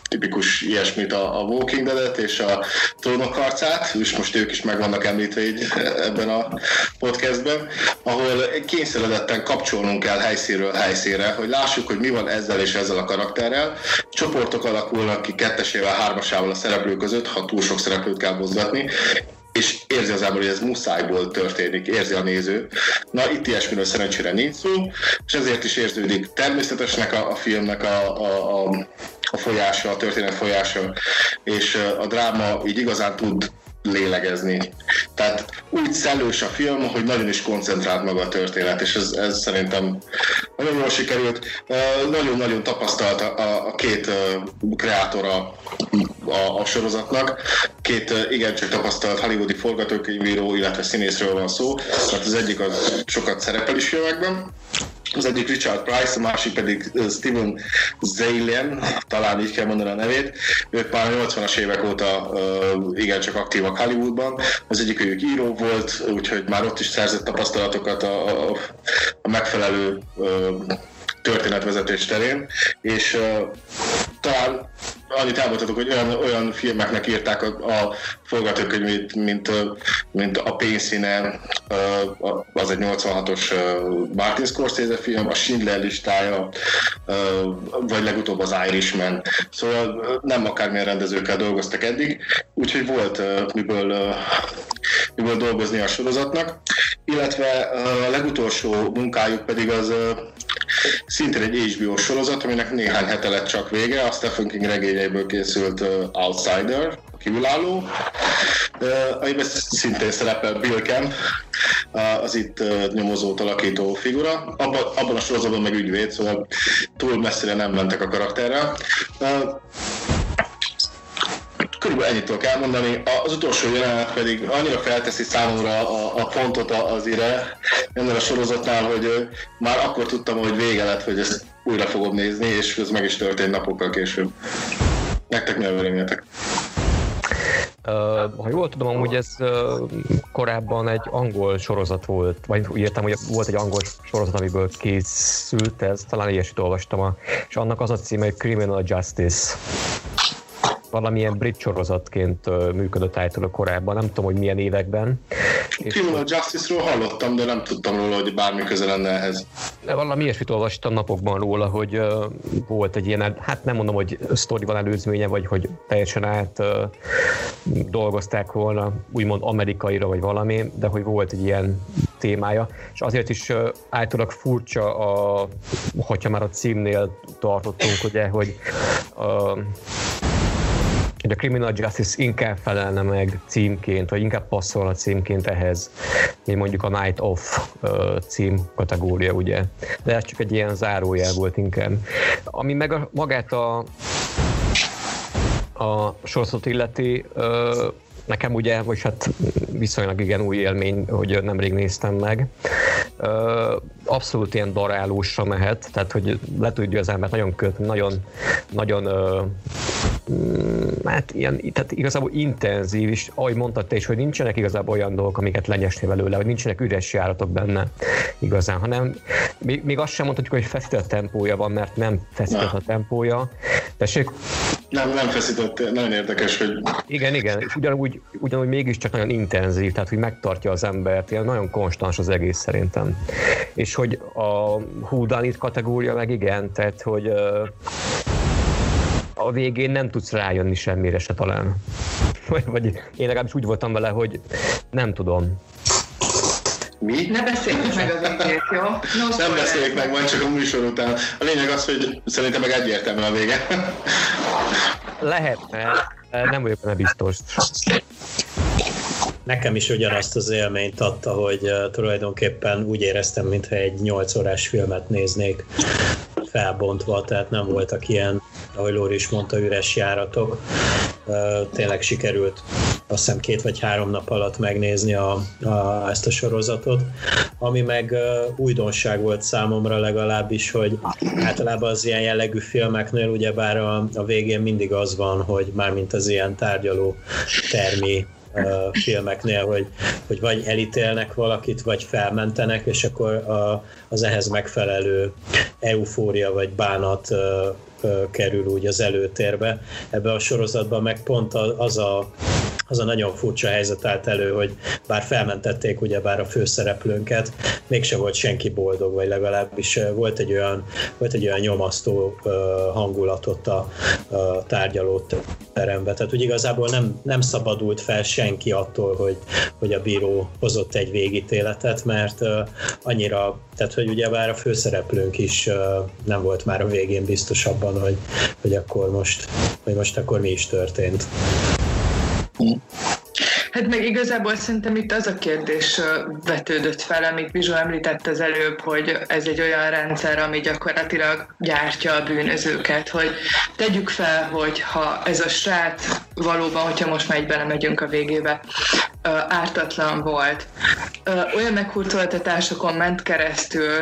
Speaker 4: tipikus ilyesmit, a, a Walking Dead-et és a Trónok harcát, és most ők is meg vannak említve így ebben a podcastben, ahol kényszeredetten kapcsolnunk kell helyszínről helyszínre, hogy lássuk, hogy mi van ezzel és ezzel a karakterrel. Csoportok alakulnak ki kettesével, hármasával a szereplő között, ha túl sok szereplőt kell mozgatni, és érzi az ember, hogy ez muszájból történik, érzi a néző. Na, itt ilyesmiről szerencsére nincs szó, és ezért is érződik természetesnek a, a filmnek a, a, a, a folyása, a történet folyása, és a dráma így igazán tud lélegezni. Tehát úgy szellős a film, hogy nagyon is koncentrált maga a történet, és ez, ez szerintem nagyon jól sikerült. Nagyon-nagyon tapasztalt a, a két kreátora a, a sorozatnak. Két igencsak tapasztalt hollywoodi forgatókönyvíró, illetve színészről van szó. Tehát az egyik az sokat szerepel is filmekben. Az egyik Richard Price, a másik pedig Steven Zaillian, talán így kell mondani a nevét. Ők már a nyolcvanas évek óta uh, igencsak aktívak Hollywoodban. Az egyik ők író volt, úgyhogy már ott is szerzett tapasztalatokat a, a, a megfelelő uh, történetvezetés terén, és uh, talán annyit elmondhatok, hogy olyan, olyan filmeknek írták a, a forgatókönyvét, mint, mint A pénzszíne, az egy nyolcvanhatos Martin Scorsese film, a Schindler listája, vagy legutóbb az Irishman. Szóval nem akármilyen rendezőkkel dolgoztak eddig, úgyhogy volt miből, miből dolgozni a sorozatnak, illetve a legutolsó munkájuk pedig az szintén egy há bé ó sorozat, aminek néhány hete lett csak vége, a Stephen King regényeiből készült Outsider, kívülálló, amiben szintén szerepel Bill Camp, az itt nyomozót alakító figura. Abban, abban a sorozatban meg ügyvéd, szóval túl messzire nem mentek a karakterrel. Körülbelül ennyit tudok elmondani. Az utolsó jelenet pedig annyira felteszi számomra a, a pontot az ire ennél a sorozatnál, hogy már akkor tudtam, hogy vége lett, hogy ezt újra fogom nézni, és ez meg is történt napokkal később. Nektek mi a véleményetek?
Speaker 5: Uh, ha jól tudom, amúgy ez uh, korábban egy angol sorozat volt, vagy úgy értem, hogy volt egy angol sorozat, amiből készült ez, talán ilyesmit olvastam, a, és annak az a címe, hogy Criminal Justice. Valamilyen brit sorozatként uh, működött állítólag korábban, nem tudom, hogy milyen években.
Speaker 4: Criminal Justice-ról hallottam, de nem tudtam róla, hogy bármi köze lenne ehhez.
Speaker 5: De valami ilyesmit olvastam napokban róla, hogy uh, volt egy ilyen, hát nem mondom, hogy sztorival előzménye, vagy hogy teljesen át uh, dolgozták volna, úgymond amerikaira, vagy valami, de hogy volt egy ilyen témája, és azért is uh, állítólag furcsa, a, hogyha már a címnél tartottunk, ugye, hogy uh, hogy a Criminal Justice inkább felelne meg címként, vagy inkább passzolna címként ehhez, mint mondjuk a Night Of cím kategória, ugye. De ez csak egy ilyen zárójel volt inkább. Ami meg a, magát a, a sorozatot illeti, nekem ugye, vagy hát viszonylag igen új élmény, hogy nemrég néztem meg. Abszolút ilyen darálósra mehet, tehát hogy le tudja az embert nagyon kötni, nagyon, nagyon hát ilyen, tehát igazából intenzív, és ahogy mondtad te is, hogy nincsenek igazából olyan dolgok, amiket lenyesni belőle, vagy nincsenek üres járatok benne igazán, hanem még, még azt sem mondhatjuk, hogy feszített tempója van, mert nem feszített a tempója. Tessék?
Speaker 4: Nem, nem feszített, nagyon érdekes, hogy...
Speaker 5: Igen, igen, és ugyanúgy, ugyanúgy mégiscsak nagyon intenzív, tehát hogy megtartja az embert, ilyen nagyon konstans az egész szerintem. És hogy a who done it kategória meg igen, tehát hogy uh, a végén nem tudsz rájönni semmire se talán. Vagy, vagy én legalábbis úgy voltam vele, hogy nem tudom.
Speaker 4: Mi?
Speaker 3: Ne beszéljük meg az végét, jó? No,
Speaker 4: nem beszéljük meg, majd csak a műsor után. A lényeg az, hogy szerintem meg egyértelmű a vége.
Speaker 5: Lehetne, nem vagyok benne biztos.
Speaker 2: Nekem is ugyanazt az élményt adta, hogy uh, tulajdonképpen úgy éreztem, mintha egy nyolc órás filmet néznék felbontva, tehát nem voltak ilyen, ahogy Lóri is mondta, üres járatok. Uh, tényleg sikerült azt hiszem két vagy három nap alatt megnézni a, a, ezt a sorozatot, ami meg uh, újdonság volt számomra legalábbis, hogy általában az ilyen jellegű filmeknél ugyebár a, a végén mindig az van, hogy mármint az ilyen tárgyaló termi uh, filmeknél, hogy, hogy vagy elítélnek valakit, vagy felmentenek, és akkor a, az ehhez megfelelő eufória vagy bánat uh, uh, kerül úgy az előtérbe. Ebben a sorozatban meg pont az a az a nagyon furcsa helyzet állt elő, hogy bár felmentették ugyebár a főszereplőnket, mégse volt senki boldog, vagy legalábbis volt egy olyan, volt egy olyan nyomasztó uh, hangulatot a, a tárgyalóteremben. Tehát úgy igazából nem, nem szabadult fel senki attól, hogy, hogy a bíró hozott egy végítéletet, mert uh, annyira, tehát hogy ugyebár a főszereplőnk is uh, nem volt már a végén biztos abban, hogy, hogy akkor most, hogy most akkor mi is történt.
Speaker 3: Hát meg igazából szerintem itt az a kérdés vetődött fel, amit Bizsó említett az előbb, hogy ez egy olyan rendszer, ami gyakorlatilag gyártja a bűnözőket, hogy tegyük fel, hogy ha ez a srác valóban, hogyha most már így belemegyünk a végébe, ártatlan volt, olyan meghurcoltatásokon ment keresztül,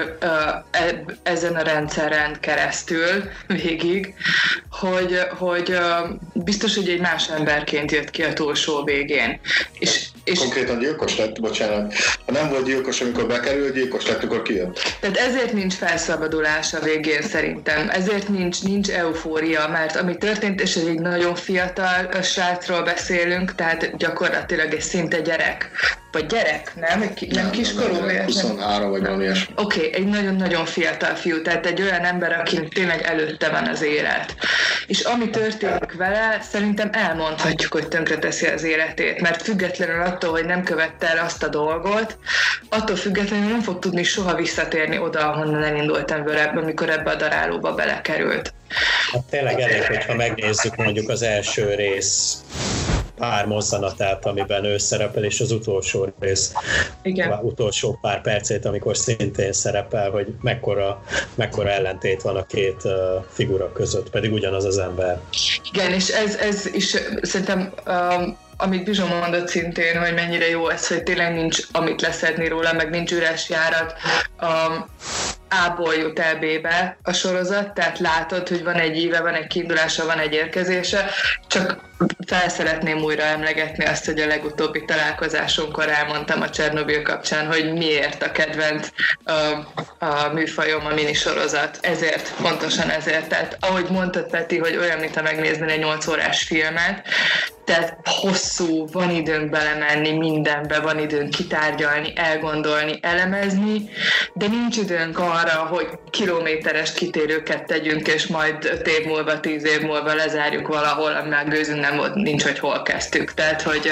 Speaker 3: ezen a rendszeren keresztül végig, hogy, hogy biztos, hogy egy más emberként jött ki a túlsó végén. És, és
Speaker 4: konkrétan gyilkos lett, bocsánat. Ha nem volt gyilkos, amikor bekerül, gyilkos lett, akkor kijött.
Speaker 3: Tehát ezért nincs felszabadulás a végén szerintem. Ezért nincs, nincs eufória, mert ami történt, és egy nagyon fiatal srácról beszélünk, tehát gyakorlatilag egy szinte gyerek. Vagy gyerek, nem? Nem, nem kiskorú?
Speaker 4: Nem, nem, huszonhárom vagy valami ilyesmi.
Speaker 3: Oké, okay, egy nagyon-nagyon fiatal fiú, tehát egy olyan ember, akinek tényleg előtte van az élet. És ami történik vele, szerintem elmondhatjuk, hogy tönkreteszi az életét, mert függetlenül attól, hogy nem követte el azt a dolgot, attól függetlenül nem fog tudni soha visszatérni oda, ahonnan elindultam vele, amikor ebbe a darálóba belekerült.
Speaker 2: Hát tényleg elég, hogyha megnézzük mondjuk az első rész pár mozzanatát, amiben ő szerepel, és az utolsó rész,
Speaker 3: igen.
Speaker 2: Az utolsó pár percét, amikor szintén szerepel, hogy mekkora, mekkora ellentét van a két uh, figura között, pedig ugyanaz az ember.
Speaker 3: Igen, és ez, ez is szerintem, um, amit Bizsó mondott szintén, hogy mennyire jó ez, hogy tényleg nincs amit leszedni róla, meg nincs üres járat. Um, A-ból jut el B-be a sorozat, tehát látod, hogy van egy íve, van egy kiindulása, van egy érkezése, csak fel szeretném újra emlegetni azt, hogy a legutóbbi találkozásunkkor elmondtam a Csernobil kapcsán, hogy miért a kedvenc a, a műfajom a minisorozat. Ezért, pontosan ezért. Tehát ahogy mondtad, Peti, hogy olyan, mintha megnézni egy nyolc órás filmet, tehát hosszú, van időnk belemenni mindenbe, van időnk kitárgyalni, elgondolni, elemezni, de nincs időnk arra, hogy kilométeres kitérőket tegyünk, és majd öt év múlva, tíz év múlva lezárjuk valahol, ami már gőzünk nem volt, nincs, hogy hol kezdtük. Tehát, hogy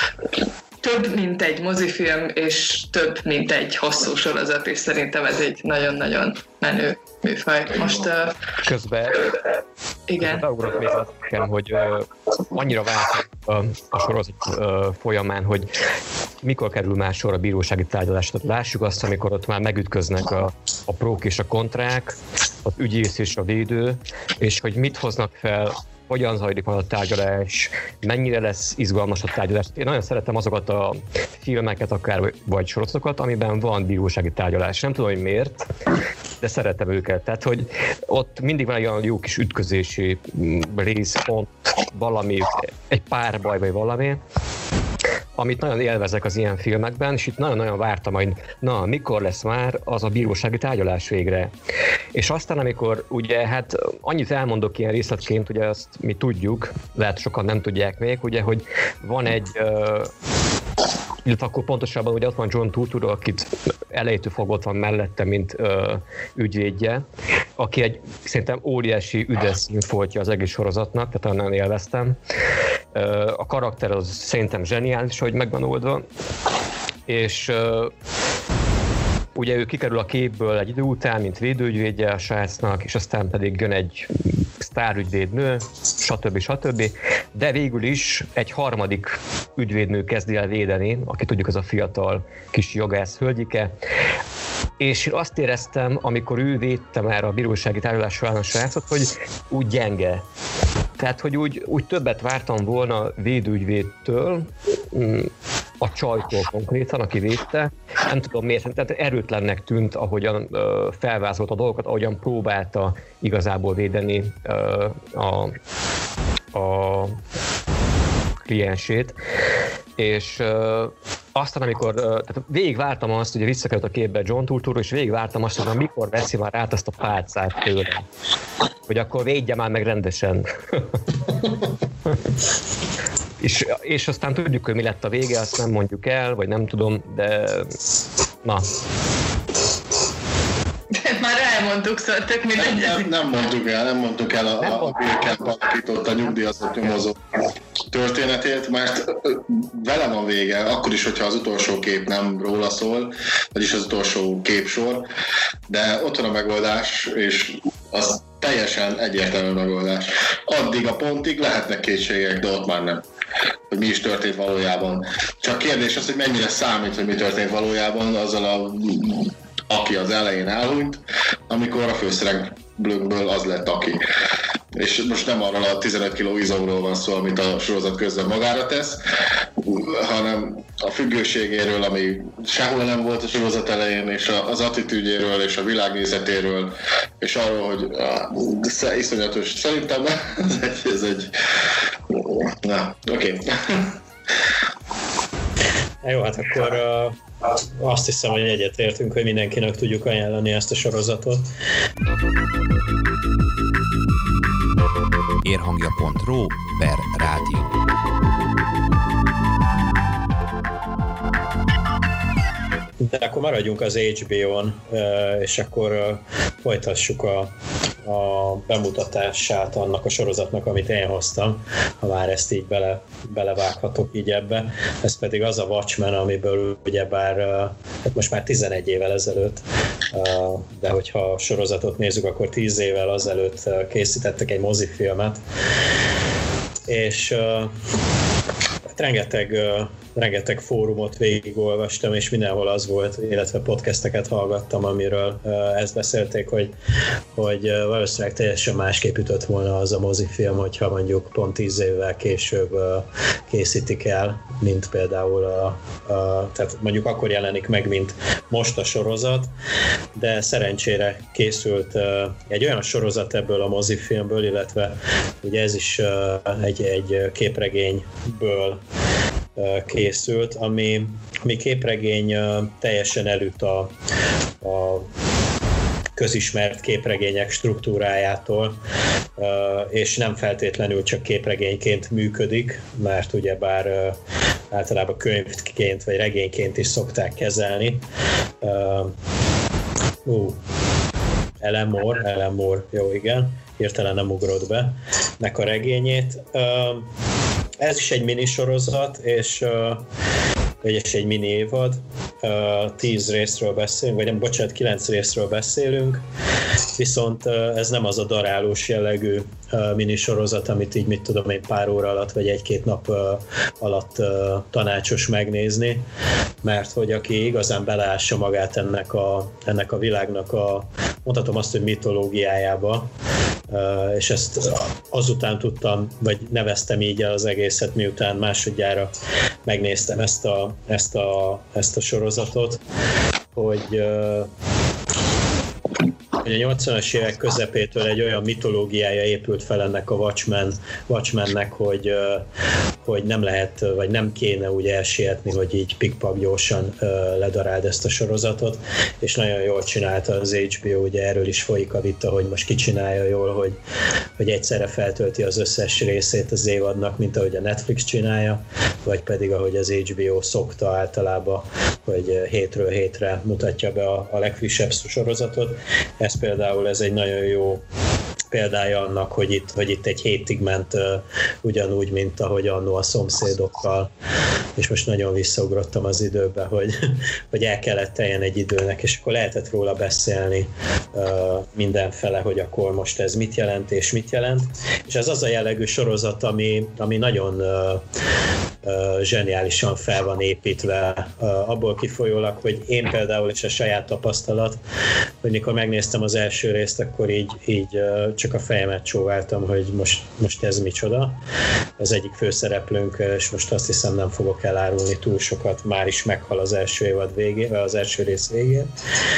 Speaker 3: több, mint egy mozifilm, és több, mint egy hosszú sorozat, és szerintem ez egy nagyon-nagyon menő műfaj. Most... Uh,
Speaker 5: közben...
Speaker 3: Igen.
Speaker 5: Beugrott még azt nekem, hogy uh, annyira változott a, a sorozat uh, folyamán, hogy mikor kerül már sor a bírósági tárgyalásra. Lássuk azt, amikor ott már megütköznek a, a prók és a kontrák, az ügyész és a védő, és hogy mit hoznak fel, hogyan zajlik majd a tárgyalás, mennyire lesz izgalmas a tárgyalás. Én nagyon szeretem azokat a filmeket, akár vagy sorozatokat, amiben van bírósági tárgyalás. Nem tudom, hogy miért, de szeretem őket. Tehát, hogy ott mindig van egy olyan jó kis ütközési részpont, valami, egy párbaj vagy valami, amit nagyon élvezek az ilyen filmekben, és itt nagyon-nagyon vártam, hogy na, mikor lesz már az a bírósági tárgyalás végre. És aztán, amikor ugye, hát annyit elmondok ilyen részletként, ugye azt mi tudjuk, lehet sokan nem tudják még, ugye, hogy van egy, uh, illetve akkor pontosabban, hogy ott van John Turturro, akit elejétől fogva ott van mellette, mint uh, ügyvédje, aki egy szerintem óriási üdes színfoltja az egész sorozatnak, tehát nagyon élveztem. Uh, a karakter az szerintem zseniális, hogy megvan oldva, és uh, ugye ő kikerül a képből egy idő után, mint védőügyvédje a srácnak, és aztán pedig jön egy sztárügyvédnő, stb. stb. De végül is egy harmadik ügyvédnő kezdi el védeni, aki tudjuk, az a fiatal kis jogász hölgyike. És én azt éreztem, amikor ő védte már a bírósági tárgyalás során a srácot, hogy úgy gyenge. Tehát, hogy úgy, úgy többet vártam volna védőügyvédtől, a csajtól konkrétan, aki védte. Nem tudom miért, tehát erőtlennek tűnt, ahogyan uh, felvázolt a dolgokat, ahogyan próbálta igazából védeni uh, a, a kliensét. és uh, aztán, amikor uh, tehát végigvártam azt, ugye visszakerült a képbe John Turturro, és végigvártam azt, hogy mikor veszi már át azt a pálcát tőle, hogy akkor védje már meg rendesen. és, és aztán tudjuk, hogy mi lett a vége, azt nem mondjuk el, vagy nem tudom, de na.
Speaker 3: Már elmondtuk, szóval tök mi
Speaker 4: nem, nem, nem mondtuk el, nem mondtuk el a, a, a Bill Camp alakított a nyugdíjazott nyomozó történetét, mert vele van vége, akkor is, hogyha az utolsó kép nem róla szól, vagyis az utolsó képsor, de ott van a megoldás, és az teljesen egyértelmű megoldás. Addig a pontig lehetnek kétségek, de ott már nem. Hogy mi is történt valójában. Csak kérdés az, hogy mennyire számít, hogy mi történt valójában azzal a aki az elején elhunyt, amikor a főszereplőkből az lett aki. És most nem arról a tizenöt kiló izomról van szó, amit a sorozat közben magára tesz, hanem a függőségéről, ami sehol nem volt a sorozat elején, és az attitűdjéről, és a világnézetéről, és arról, hogy ah, iszonyatos, szerintem ez egy... Ez egy na, oké. Okay.
Speaker 2: Jó, hát akkor uh, azt hiszem, hogy egyetértünk, hogy mindenkinek tudjuk ajánlani ezt a sorozatot.
Speaker 1: érhangja pont ro per rádió.
Speaker 2: De akkor maradjunk az há bé ó-n, és akkor folytassuk a, a bemutatását annak a sorozatnak, amit én hoztam, ha már ezt így bele, belevághatok így ebbe. Ez pedig az a Watchmen, amiből ugyebár hát most már tizenegy évvel ezelőtt, de hogyha a sorozatot nézzük, akkor tíz évvel azelőtt készítettek egy mozifilmet, és hát rengeteg rengeteg fórumot végigolvastam, és mindenhol az volt, illetve podcasteket hallgattam, amiről uh, ezt beszélték, hogy, hogy uh, valószínűleg teljesen másképp ütött volna az a mozifilm, hogyha mondjuk pont tíz évvel később uh, készítik el, mint például a, a, tehát mondjuk akkor jelenik meg, mint most a sorozat, de szerencsére készült uh, egy olyan sorozat ebből a mozifilmből, illetve ugye ez is uh, egy, egy képregényből készült, ami, ami képregény teljesen elüt a, a közismert képregények struktúrájától, és nem feltétlenül csak képregényként működik, mert ugyebár általában könyvként vagy regényként is szokták kezelni. Uh, Alan Moore, Alan Moore, jó igen, hirtelen nem ugrott be, nek a regényét. Ez is egy minisorozat, és és egy mini évad. Tíz részről beszélünk, vagy nem, bocsánat, kilenc részről beszélünk, viszont ez nem az a darálós jellegű minisorozat, amit így, mit tudom én, pár óra alatt, vagy egy-két nap alatt tanácsos megnézni, mert hogy aki igazán beleássa magát ennek a, ennek a világnak a, mondhatom azt, hogy mitológiájába, Uh, és ezt azután tudtam, vagy neveztem így el az egészet, miután másodjára megnéztem ezt a, ezt a, ezt a sorozatot, hogy uh, hogy a nyolcvanas évek közepétől egy olyan mitológiája épült fel ennek a Watchmen, Watchmennek, hogy, hogy nem lehet, vagy nem kéne úgy elsietni, hogy így pikpak gyorsan ledaráld ezt a sorozatot, és nagyon jól csinálta az há bé ó, ugye erről is folyik a vita, hogy most ki csinálja jól, hogy, hogy egyszerre feltölti az összes részét az évadnak, mint ahogy a Netflix csinálja, vagy pedig ahogy az há bé ó szokta általában, hogy hétről hétre mutatja be a, a legfrissebb sorozatot. Ez például ez egy nagyon jó példája annak, hogy itt, hogy itt egy hétig ment uh, ugyanúgy, mint ahogy annó a Szomszédokkal, és most nagyon visszaugrottam az időbe, hogy, hogy el kellett teljen egy időnek, és akkor lehetett róla beszélni uh, mindenfele, hogy akkor most ez mit jelent és mit jelent. És ez az a jellegű sorozat, ami, ami nagyon uh, uh, zseniálisan fel van építve, uh, abból kifolyólag, hogy én például is a saját tapasztalat, hogy mikor megnéztem az első részt, akkor így, így uh, csak a fejemet csóváltam, hogy most, most ez micsoda. Az egyik főszereplőnk, és most azt hiszem nem fogok elárulni túl sokat, már is meghal az első évad végén, az első rész végén.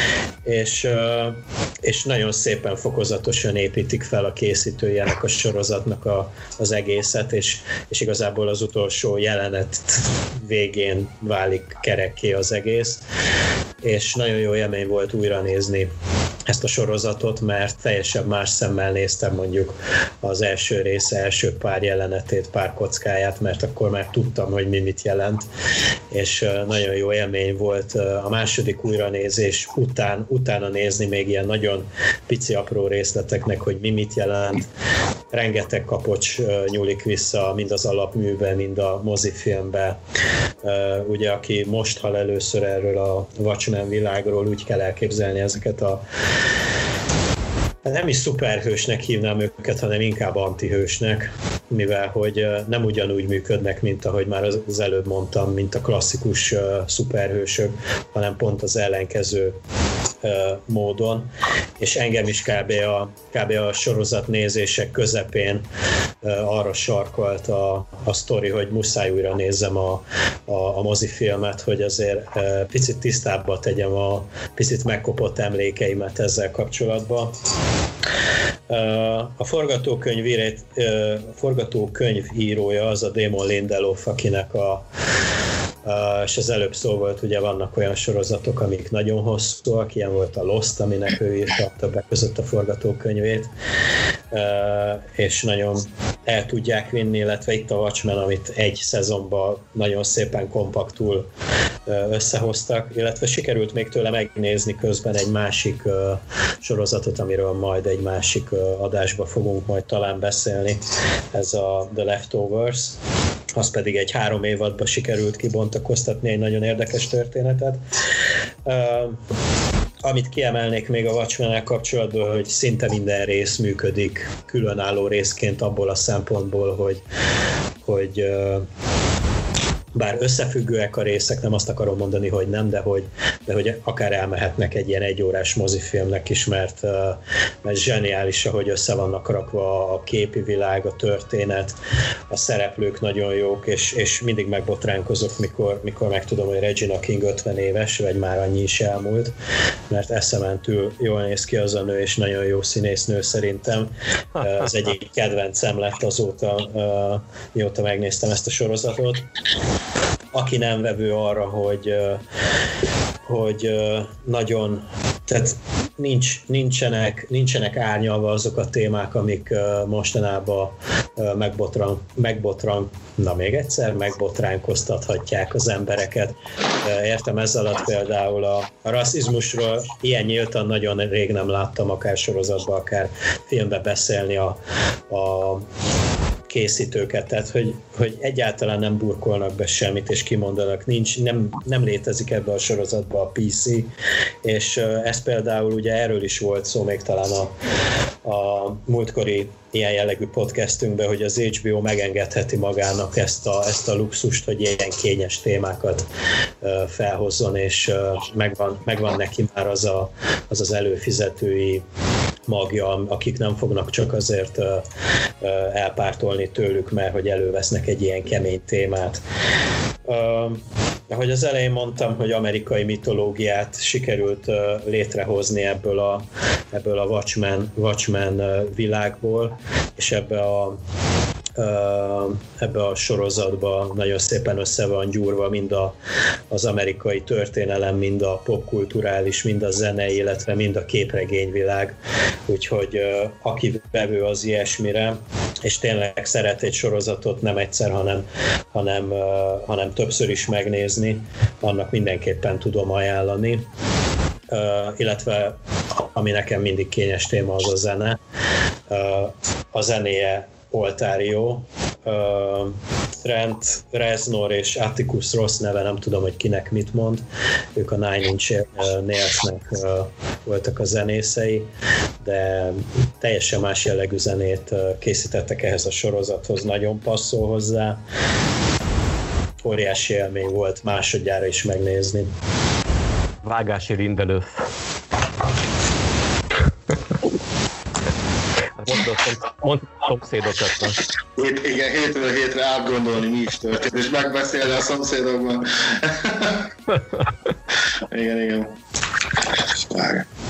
Speaker 2: és, és nagyon szépen fokozatosan építik fel a készítői ennek a sorozatnak a, az egészet, és, és igazából az utolsó jelenet végén válik kerekké az egész, és nagyon jó élmény volt újra nézni ezt a sorozatot, mert teljesen más szemmel néztem mondjuk az első része, első pár jelenetét, pár kockáját, mert akkor már tudtam, hogy mi mit jelent, és nagyon jó élmény volt a második újranézés után, utána nézni még ilyen nagyon pici apró részleteknek, hogy mi mit jelent. Rengeteg kapocs nyúlik vissza mind az alapműbe, mind a mozifilmbe. Ugye, aki most hall először erről a Watchmen világról, úgy kell elképzelni ezeket a nem is szuperhősnek hívnám őket, hanem inkább antihősnek, mivel hogy nem ugyanúgy működnek, mint ahogy már az előbb mondtam, mint a klasszikus uh, szuperhősök, hanem pont az ellenkező uh, módon, és engem is kb. a, kb. a sorozat nézések közepén uh, arra sarkalt a, a sztori, hogy muszáj újra nézzem a, a, a mozifilmet, hogy azért uh, picit tisztábbá tegyem a picit megkopott emlékeimet ezzel kapcsolatban. A forgatókönyv, írét, a forgatókönyv írója az a Damon Lindelof, akinek a, a és az előbb szó volt, ugye vannak olyan sorozatok, amik nagyon hosszúak, ilyen volt a Lost, aminek ő írta többek között a forgatókönyvét, és nagyon el tudják vinni, illetve itt a Watchmen, amit egy szezonban nagyon szépen kompaktul összehoztak, illetve sikerült még tőle megnézni közben egy másik sorozatot, amiről majd egy másik adásba fogunk majd talán beszélni, ez a The Leftovers, az pedig egy három évadban sikerült kibontakoztatni egy nagyon érdekes történetet. Uh, amit kiemelnék még a Watchmen-el kapcsolatban, hogy szinte minden rész működik különálló részként abból a szempontból, hogy, hogy uh, bár összefüggőek a részek, nem azt akarom mondani, hogy nem, de hogy, de hogy akár elmehetnek egy ilyen egyórás mozifilmnek is, mert, mert zseniális, ahogy össze vannak rakva a képi világ, a történet, a szereplők nagyon jók, és, és mindig megbotránkozok, mikor, mikor megtudom, hogy Regina King ötven éves, vagy már annyi is elmúlt, mert eszementül jól néz ki az a nő, és nagyon jó színésznő szerintem. Az egyik kedvencem lett azóta, mióta megnéztem ezt a sorozatot. Aki nem vevő arra, hogy, hogy nagyon, tehát nincs, nincsenek, nincsenek árnyalva azok a témák, amik mostanában megbotran, megbotran, na még egyszer, megbotránkoztathatják az embereket. Értem ez alatt például a, a rasszizmusról ilyen nyíltan nagyon rég nem láttam, akár sorozatban, akár filmben beszélni a, a készítőket, tehát hogy, hogy egyáltalán nem burkolnak be semmit, és kimondanak, nincs, nem, nem létezik ebbe a sorozatba a pé cé, és ez például ugye erről is volt szó még talán a, a múltkori ilyen jellegű podcastünkben, hogy az há bé o megengedheti magának ezt a, ezt a luxust, hogy ilyen kényes témákat felhozzon, és megvan, megvan neki már az, a, az az előfizetői magja, akik nem fognak csak azért uh, uh, elpártolni tőlük, mert hogy elővesznek egy ilyen kemény témát. Uh, ahogy az elején mondtam, hogy amerikai mitológiát sikerült uh, létrehozni ebből a, ebből a Watchmen, Watchmen uh, világból, és ebbe a ebbe a sorozatba nagyon szépen össze van gyúrva mind a, az amerikai történelem, mind a popkulturális, mind a zene, illetve mind a képregényvilág. Úgyhogy aki vevő az ilyesmire, és tényleg szeret egy sorozatot nem egyszer, hanem, hanem, hanem többször is megnézni, annak mindenképpen tudom ajánlani. Illetve ami nekem mindig kényes téma, az a zene. A zenéje Oltário, uh, Trent Reznor és Atticus Ross neve, nem tudom, hogy kinek mit mond, ők a Nine Inch Nailsnek uh, voltak a zenészei, de teljesen más jellegű zenét uh, készítettek ehhez a sorozathoz, nagyon passzol hozzá. Óriási élmény volt másodjára is megnézni.
Speaker 5: Vágási Lindelof. Mond szomszédokat.
Speaker 4: Hét, igen, hétről hétre átgondolni, mi is történt, és megbeszélni a szomszédokban. igen, igen. Vágás.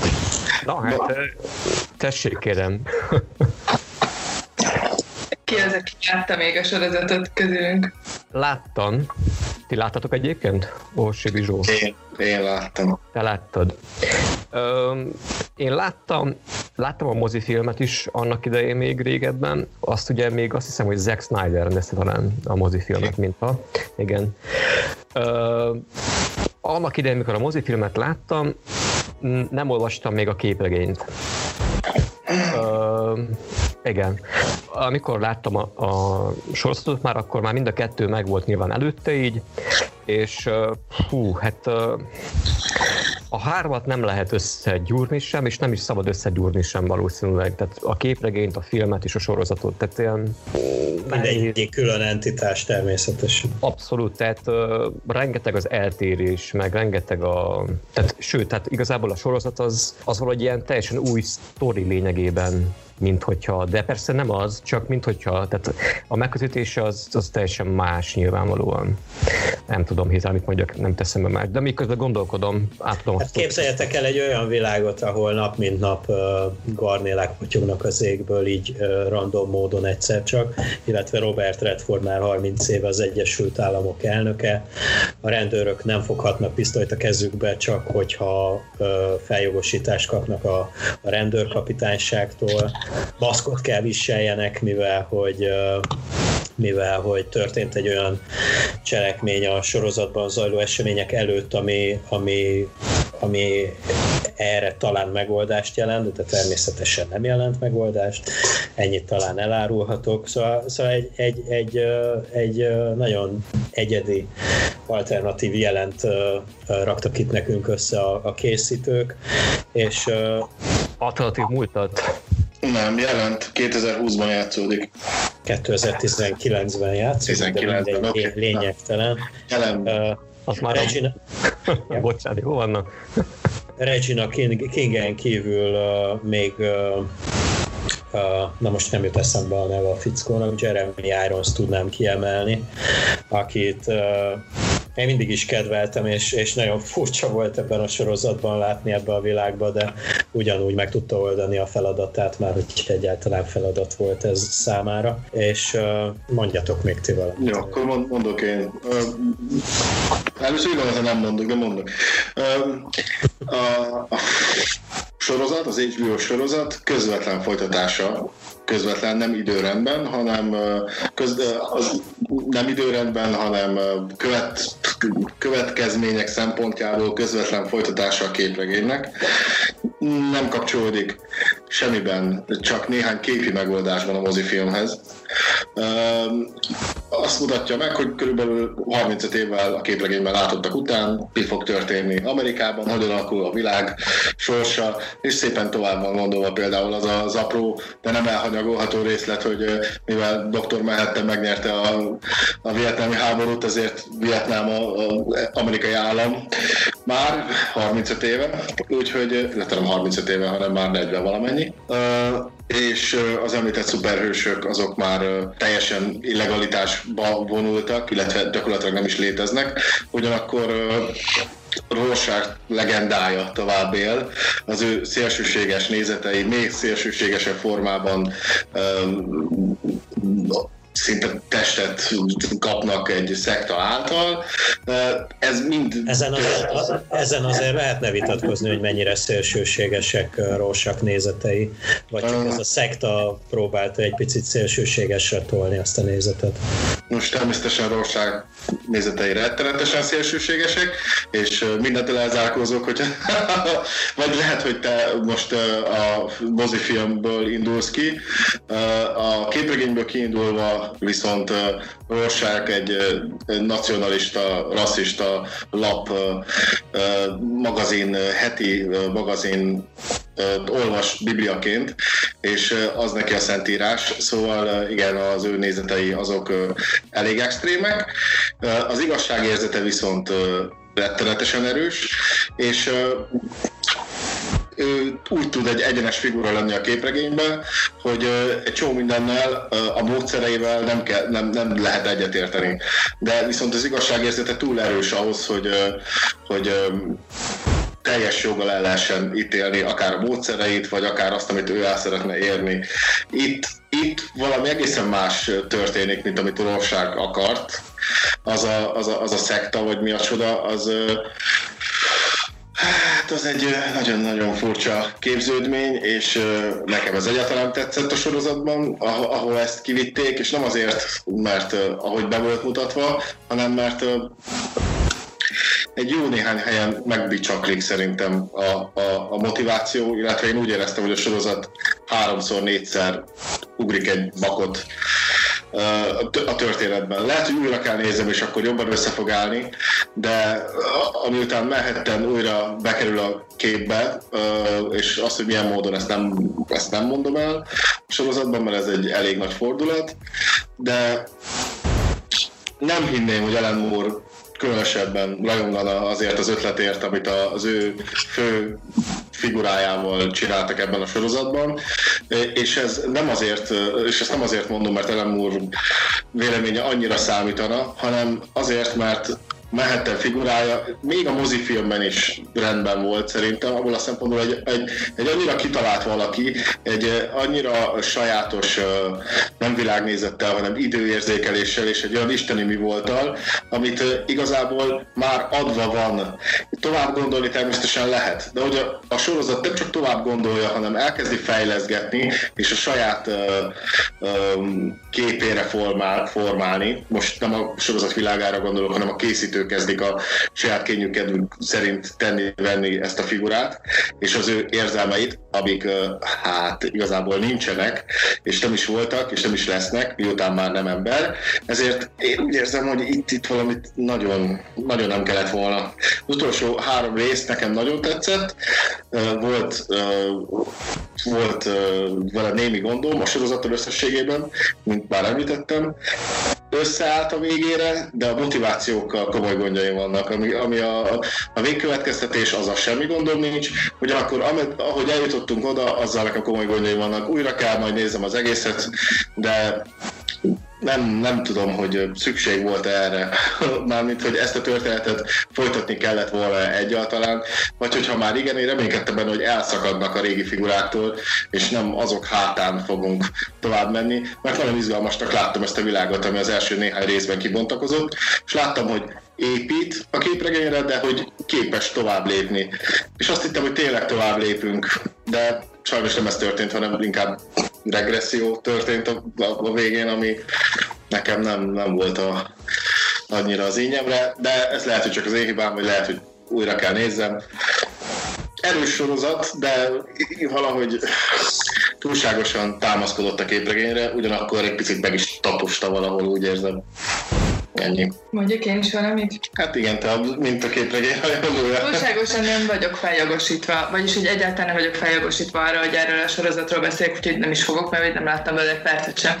Speaker 5: Na hát, tessék kérem.
Speaker 3: Ki az, aki látta még a sorozatot közülünk?
Speaker 5: Láttam. Ti láttatok egyébként? Orsi Bizsó?
Speaker 4: Én, én láttam.
Speaker 5: Te láttad. Ö, én láttam, láttam a mozifilmet is annak idején még régebben. Azt ugye még azt hiszem, hogy Zack Snyder rendezte talán a mozifilmet, mint a... Igen. Ö, annak idején, mikor a mozifilmet láttam, nem olvastam még a képregényt. Ö, igen. Amikor láttam a, a sorozatot már, akkor már mind a kettő meg volt nyilván előtte így, és hú, hát a hármat nem lehet összegyúrni sem, és nem is szabad összegyúrni sem valószínűleg. Tehát a képregényt, a filmet és a sorozatot. Tehát ilyen...
Speaker 2: Mindegyik külön entitás természetesen.
Speaker 5: Abszolút, tehát uh, rengeteg az eltérés, meg rengeteg a... Tehát, sőt, tehát igazából a sorozat az, az valahogy ilyen teljesen új sztori lényegében, mint hogyha, de persze nem az, csak mint hogyha, tehát a megközelítése az, az teljesen más nyilvánvalóan. Nem tudom hiszem, amit mondjak, nem teszem be más, de miközben gondolkodom, át tudom.
Speaker 2: Hát képzeljetek el egy olyan világot, ahol nap mint nap uh, garnélák potyognak az égből, így uh, random módon egyszer csak, illetve Robert Redford már harminc éve az Egyesült Államok elnöke. A rendőrök nem foghatnak pisztolyt a kezükbe, csak hogyha uh, feljogosítást kapnak a, a rendőrkapitányságtól. Maszkot kell viseljenek, mivel hogy, mivel hogy történt egy olyan cselekmény a sorozatban zajló események előtt, ami, ami, ami erre talán megoldást jelent, de természetesen nem jelent megoldást, ennyit talán elárulhatok. Szóval, szóval egy, egy, egy, egy nagyon egyedi alternatív jelent raktak itt nekünk össze a, a készítők, és
Speaker 5: alternatív múltat.
Speaker 4: Nem, jelent. kétezer-húszban játszódik.
Speaker 2: kétezer-tizenkilencben játszik,
Speaker 4: tizenkilencben,
Speaker 2: de
Speaker 4: okay.
Speaker 2: Lényegtelen.
Speaker 4: Jelen.
Speaker 2: Uh,
Speaker 5: Azt már
Speaker 2: Regina...
Speaker 5: Bocsánat, hol vannak?
Speaker 2: Regina King, Kingen kívül uh, még uh, uh, na most nem jut eszembe a neve a fickónak, Jeremy Irons tudnám kiemelni, akit uh, én mindig is kedveltem, és, és nagyon furcsa volt ebben a sorozatban látni ebbe a világba, de ugyanúgy meg tudta oldani a feladatát, már hogy egyáltalán feladat volt ez számára, és uh, mondjatok még ti valamit.
Speaker 4: Jó, akkor mondok én. Uh, először úgy van, hogy nem mondok, de mondok. Uh, a, a sorozat, az há bé o sorozat közvetlen folytatása, közvetlen nem időrendben, hanem köz, az nem időrendben, hanem követ, következmények szempontjából közvetlen folytatása a képregénynek. Nem kapcsolódik semmiben, csak néhány képi megoldásban a mozifilmhez. Azt mutatja meg, hogy körülbelül harmincöt évvel a képregényben látottak után mi fog történni Amerikában, hogyan alakul a világ sorsa, és szépen tovább van gondolva például az az apró, de nem elhanyagolható részlet, hogy mivel doktor Manhattan megnyerte a, a vietnámi háborút, ezért Vietnám az amerikai állam már harmincöt éve, úgyhogy, illetve nem harmincöt éve, hanem már negyven valamennyi. És az említett szuperhősök azok már teljesen illegalitásba vonultak, illetve gyakorlatilag nem is léteznek. Ugyanakkor Rorschach legendája tovább él, az ő szélsőséges nézetei még szélsőségesebb formában um, szinte testet kapnak egy szekta által. Ez mind...
Speaker 2: Ezen azért, az, ezen azért lehetne vitatkozni, hogy mennyire szélsőségesek Rorschach nézetei, vagy csak ez a szekta próbálta egy picit szélsőségesre tolni azt a nézetet.
Speaker 4: Most természetesen Rorschach nézetei rettenetesen szélsőségesek, és mindentől elzárkózok, hogy vagy lehet, hogy te most a mozifilmből indulsz ki, a képregényből kiindulva viszont Rorschach egy nacionalista, rasszista lap, magazin, heti magazin olvas bibliaként, és az neki a szentírás, szóval igen, az ő nézetei azok elég extrémek. Az igazságérzete viszont rettenetesen erős, és ő úgy tud egy egyenes figura lenni a képregényben, hogy egy csomó mindennel, a módszereivel nem, kell, nem, nem lehet egyetérteni. De viszont az igazságérzete túl erős ahhoz, hogy, hogy te, teljes joggal el lehessen ítélni akár a módszereit, vagy akár azt, amit ő el szeretne érni. Itt, itt valami egészen más történik, mint amit a Rorschach akart. Az a, az a, az a szekta, vagy mi a csoda, az... Hát az egy nagyon-nagyon furcsa képződmény, és nekem ez egyáltalán tetszett a sorozatban, ahol ezt kivitték, és nem azért, mert ahogy be volt mutatva, hanem mert egy jó néhány helyen megbicsaklik szerintem a, a, a motiváció, illetve én úgy éreztem, hogy a sorozat háromszor, négyszer ugrik egy bakot a történetben. Lehet, hogy újra kell nézem, és akkor jobban össze fog állni, de amiután Manhattan újra bekerül a képbe, és azt, hogy milyen módon, ezt nem, ezt nem mondom el a sorozatban, mert ez egy elég nagy fordulat, de nem hinném, hogy Alan Moore különösebben rajongana azért az ötletért, amit az ő fő figurájával csináltak ebben a sorozatban, és ez nem azért, és ezt nem azért mondom, mert Alan Moore véleménye annyira számítana, hanem azért, mert Manhattan figurája még a mozifilmben is rendben volt szerintem, abból a szempontból egy, egy, egy annyira kitalált valaki, egy annyira sajátos nem világnézettel, hanem időérzékeléssel és egy olyan isteni mi volttal, amit igazából már adva van. Tovább gondolni természetesen lehet, de hogy a, a sorozat nem csak tovább gondolja, hanem elkezdi fejleszgetni, és a saját uh, um, képére formál, formálni. Most nem a sorozat világára gondolok, hanem a készítő kezdik a saját kényükedvük szerint tenni-venni ezt a figurát, és az ő érzelmeit, amik hát igazából nincsenek, és nem is voltak, és nem is lesznek, miután már nem ember. Ezért én úgy érzem, hogy itt, itt valamit nagyon, nagyon nem kellett volna. Az utolsó három rész nekem nagyon tetszett, volt, volt vele némi gondom a sorozattal összességében, mint már említettem, összeállt a végére, de a motivációkkal komoly gondjaim vannak, ami, ami a, a végkövetkeztetés, az a semmi gondom nincs, ugyanakkor amit, ahogy eljutottunk oda, azzal nekem komoly gondjaim vannak, újra kell majd nézem az egészet, de nem, nem tudom, hogy szükség volt erre, mármint, hogy ezt a történetet folytatni kellett volna egyáltalán, vagy hogyha már igen, én reménykedtem benne, hogy elszakadnak a régi figuráktól, és nem azok hátán fogunk tovább menni, mert nagyon izgalmasnak láttam ezt a világot, ami az első néhány részben kibontakozott, és láttam, hogy épít a képregényre, de hogy képes tovább lépni. És azt hittem, hogy tényleg tovább lépünk, de sajnos nem ez történt, hanem inkább regresszió történt a, a végén, ami nekem nem, nem volt a, annyira az ínyemre, de ez lehet, hogy csak az én hibám, vagy lehet, hogy újra kell nézzem. Erős sorozat, de valahogy túlságosan támaszkodott a képregényre, ugyanakkor egy picit meg is taposta valahol, úgy érzem. Ennyi.
Speaker 3: Mondjuk én is valamit?
Speaker 4: Hát igen, te mint a képregény rajongója.
Speaker 3: Túlságosan nem vagyok feljogosítva, vagyis hogy egyáltalán nem vagyok feljogosítva arra, hogy erről a sorozatról beszéljek, úgyhogy nem is fogok, mert nem láttam belőle egy percet sem.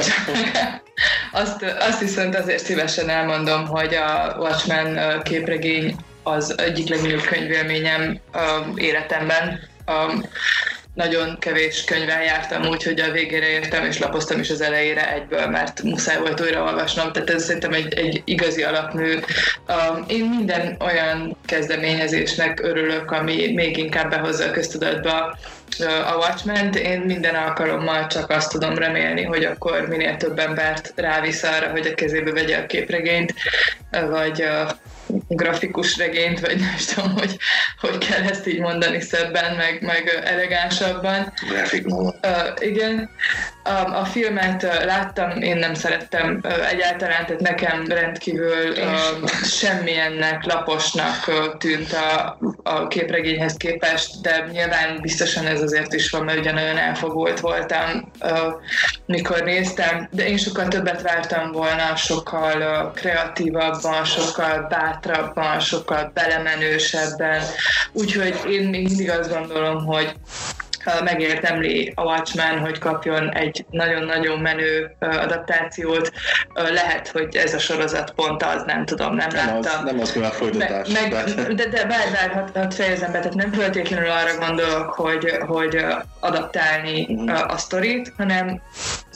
Speaker 3: azt, azt viszont azért szívesen elmondom, hogy a Watchmen képregény az egyik legnagyobb könyvélményem életemben. Nagyon kevés könyvvel jártam úgy, hogy a végére értem, és lapoztam is az elejére egyből, mert muszáj volt újraolvasnom. Tehát ez szerintem egy, egy igazi alapmű. Én minden olyan kezdeményezésnek örülök, ami még inkább behozza a köztudatba a Watchmen-t. Én minden alkalommal csak azt tudom remélni, hogy akkor minél több embert rávisz arra, hogy a kezébe vegye a képregényt, vagy a grafikus regényt, vagy nem tudom, hogy, hogy kell ezt így mondani szebben, meg, meg elegánsabban.
Speaker 4: Grafik módon.
Speaker 3: Uh, igen. A, a filmet uh, láttam, én nem szerettem uh, egyáltalán, tehát nekem rendkívül uh, semmilyennek, laposnak uh, tűnt a, a képregényhez képest, de nyilván biztosan ez azért is van, mert ugyanolyan elfogult voltam, uh, mikor néztem, de én sokkal többet vártam volna, sokkal uh, kreatívabban, sokkal bátrabban, sokkal belemenősebben, úgyhogy én még mindig azt gondolom, hogy megérdemli a Watchmen, hogy kapjon egy nagyon-nagyon menő adaptációt. Lehet, hogy ez a sorozat pont az, nem tudom, nem, nem láttam.
Speaker 4: Az, nem az, mivel folytatás.
Speaker 3: Meg, meg, de de bár, bár hat, hat fejezem be, tehát nem feltétlenül arra gondolok, hogy, hogy adaptálni uh-huh. a sztorit, hanem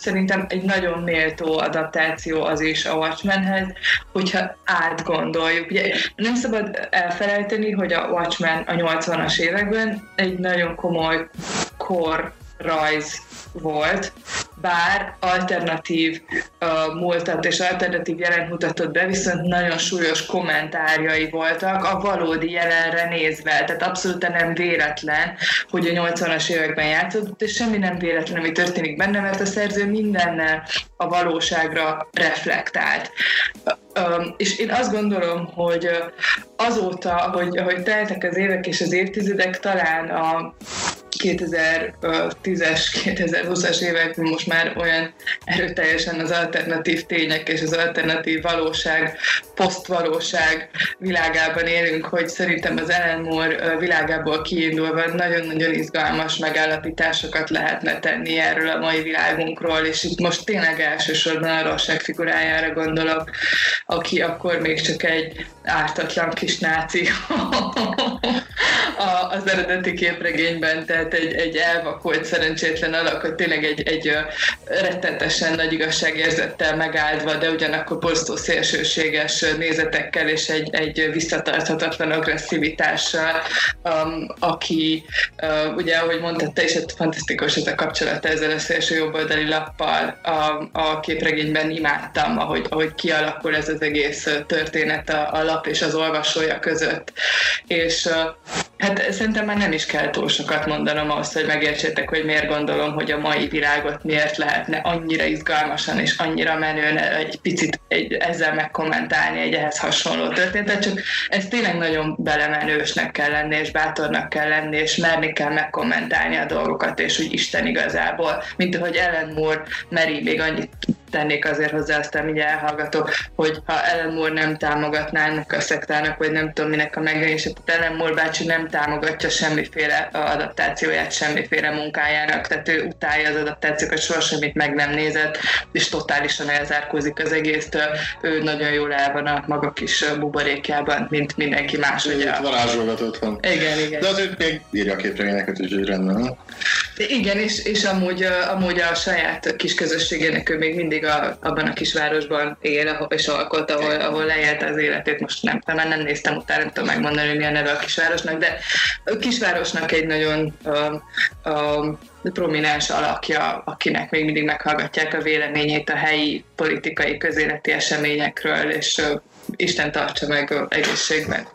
Speaker 3: szerintem egy nagyon méltó adaptáció az is a Watchmenhez, hogyha átgondoljuk. Ugye nem szabad elfelejteni, hogy a Watchmen a nyolcvanas években egy nagyon komoly korrajz volt, bár alternatív uh, múltat és alternatív jelent mutatott be, viszont nagyon súlyos kommentárjai voltak a valódi jelenre nézve. Tehát abszolút nem véletlen, hogy a nyolcvanas években játszódott, és semmi nem véletlen, ami történik benne, mert a szerző mindennel a valóságra reflektált. Um, és én azt gondolom, hogy azóta, ahogy, ahogy teltek az évek és az évtizedek, talán a kétezer-tízes, kétezer-húszas években most már olyan erőteljesen az alternatív tények és az alternatív valóság, posztvalóság világában élünk, hogy szerintem az Alan Moore világából kiindulva nagyon-nagyon izgalmas megállapításokat lehetne tenni erről a mai világunkról, és itt most tényleg elsősorban a Rorschach figurájára gondolok, aki akkor még csak egy ártatlan kis náci az eredeti képregényben, tehát egy, egy elvakult, szerencsétlen alak, hogy tényleg egy, egy rettentesen nagy igazságérzettel megáldva, de ugyanakkor borzasztó szélsőséges nézetekkel és egy, egy visszatarthatatlan agresszivitással, um, aki, uh, ugye, ahogy mondtad te is, fantasztikus ez a kapcsolata ezzel a szélső jobboldali lappal a, a képregényben, imádtam, ahogy, ahogy kialakul ez az egész történet a, a lap és az olvasója között. És uh, hát szerintem már nem is kell túl sokat mondanom ahhoz, hogy megértsétek, hogy miért gondolom, hogy a mai világot miért lehetne annyira izgalmasan és annyira menően egy picit egy, ezzel megkommentálni egy ehhez hasonló történetet, csak ez tényleg nagyon belemenősnek kell lenni, és bátornak kell lenni, és merni kell megkommentálni a dolgokat, és úgy Isten igazából, mint ahogy Alan Moore meri, még annyit tennék azért hozzá, aztán mindjárt elhallgatok, hogy ha Alan Moore nem támogatná ennek a szektának, vagy nem tudom minek a megjelenését, tehát Alan Moore bácsi nem támogatja semmiféle adaptációját, semmiféle munkájának, tehát ő utálja az adaptációkat, soha semmit meg nem nézett, és totálisan elzárkózik az egésztől. Ő nagyon jól el van a maga kis buborékjában, mint mindenki más.
Speaker 4: Ugye a... varázsolgatott van.
Speaker 3: Igen, igen.
Speaker 4: De azért még írja a képregényeket, úgyhogy rendben.
Speaker 3: Igen, és, és amúgy, amúgy a saját kis közösségének ő még mindig a, abban a kisvárosban él, és alkot, ahol, ahol leélte az életét. Most nem, már nem néztem utána, nem tudom megmondani, hogy mi a neve a kisvárosnak, de a kisvárosnak egy nagyon uh, uh, prominens alakja, akinek még mindig meghallgatják a véleményét a helyi politikai, közéleti eseményekről, és uh, Isten tartsa meg egészségben.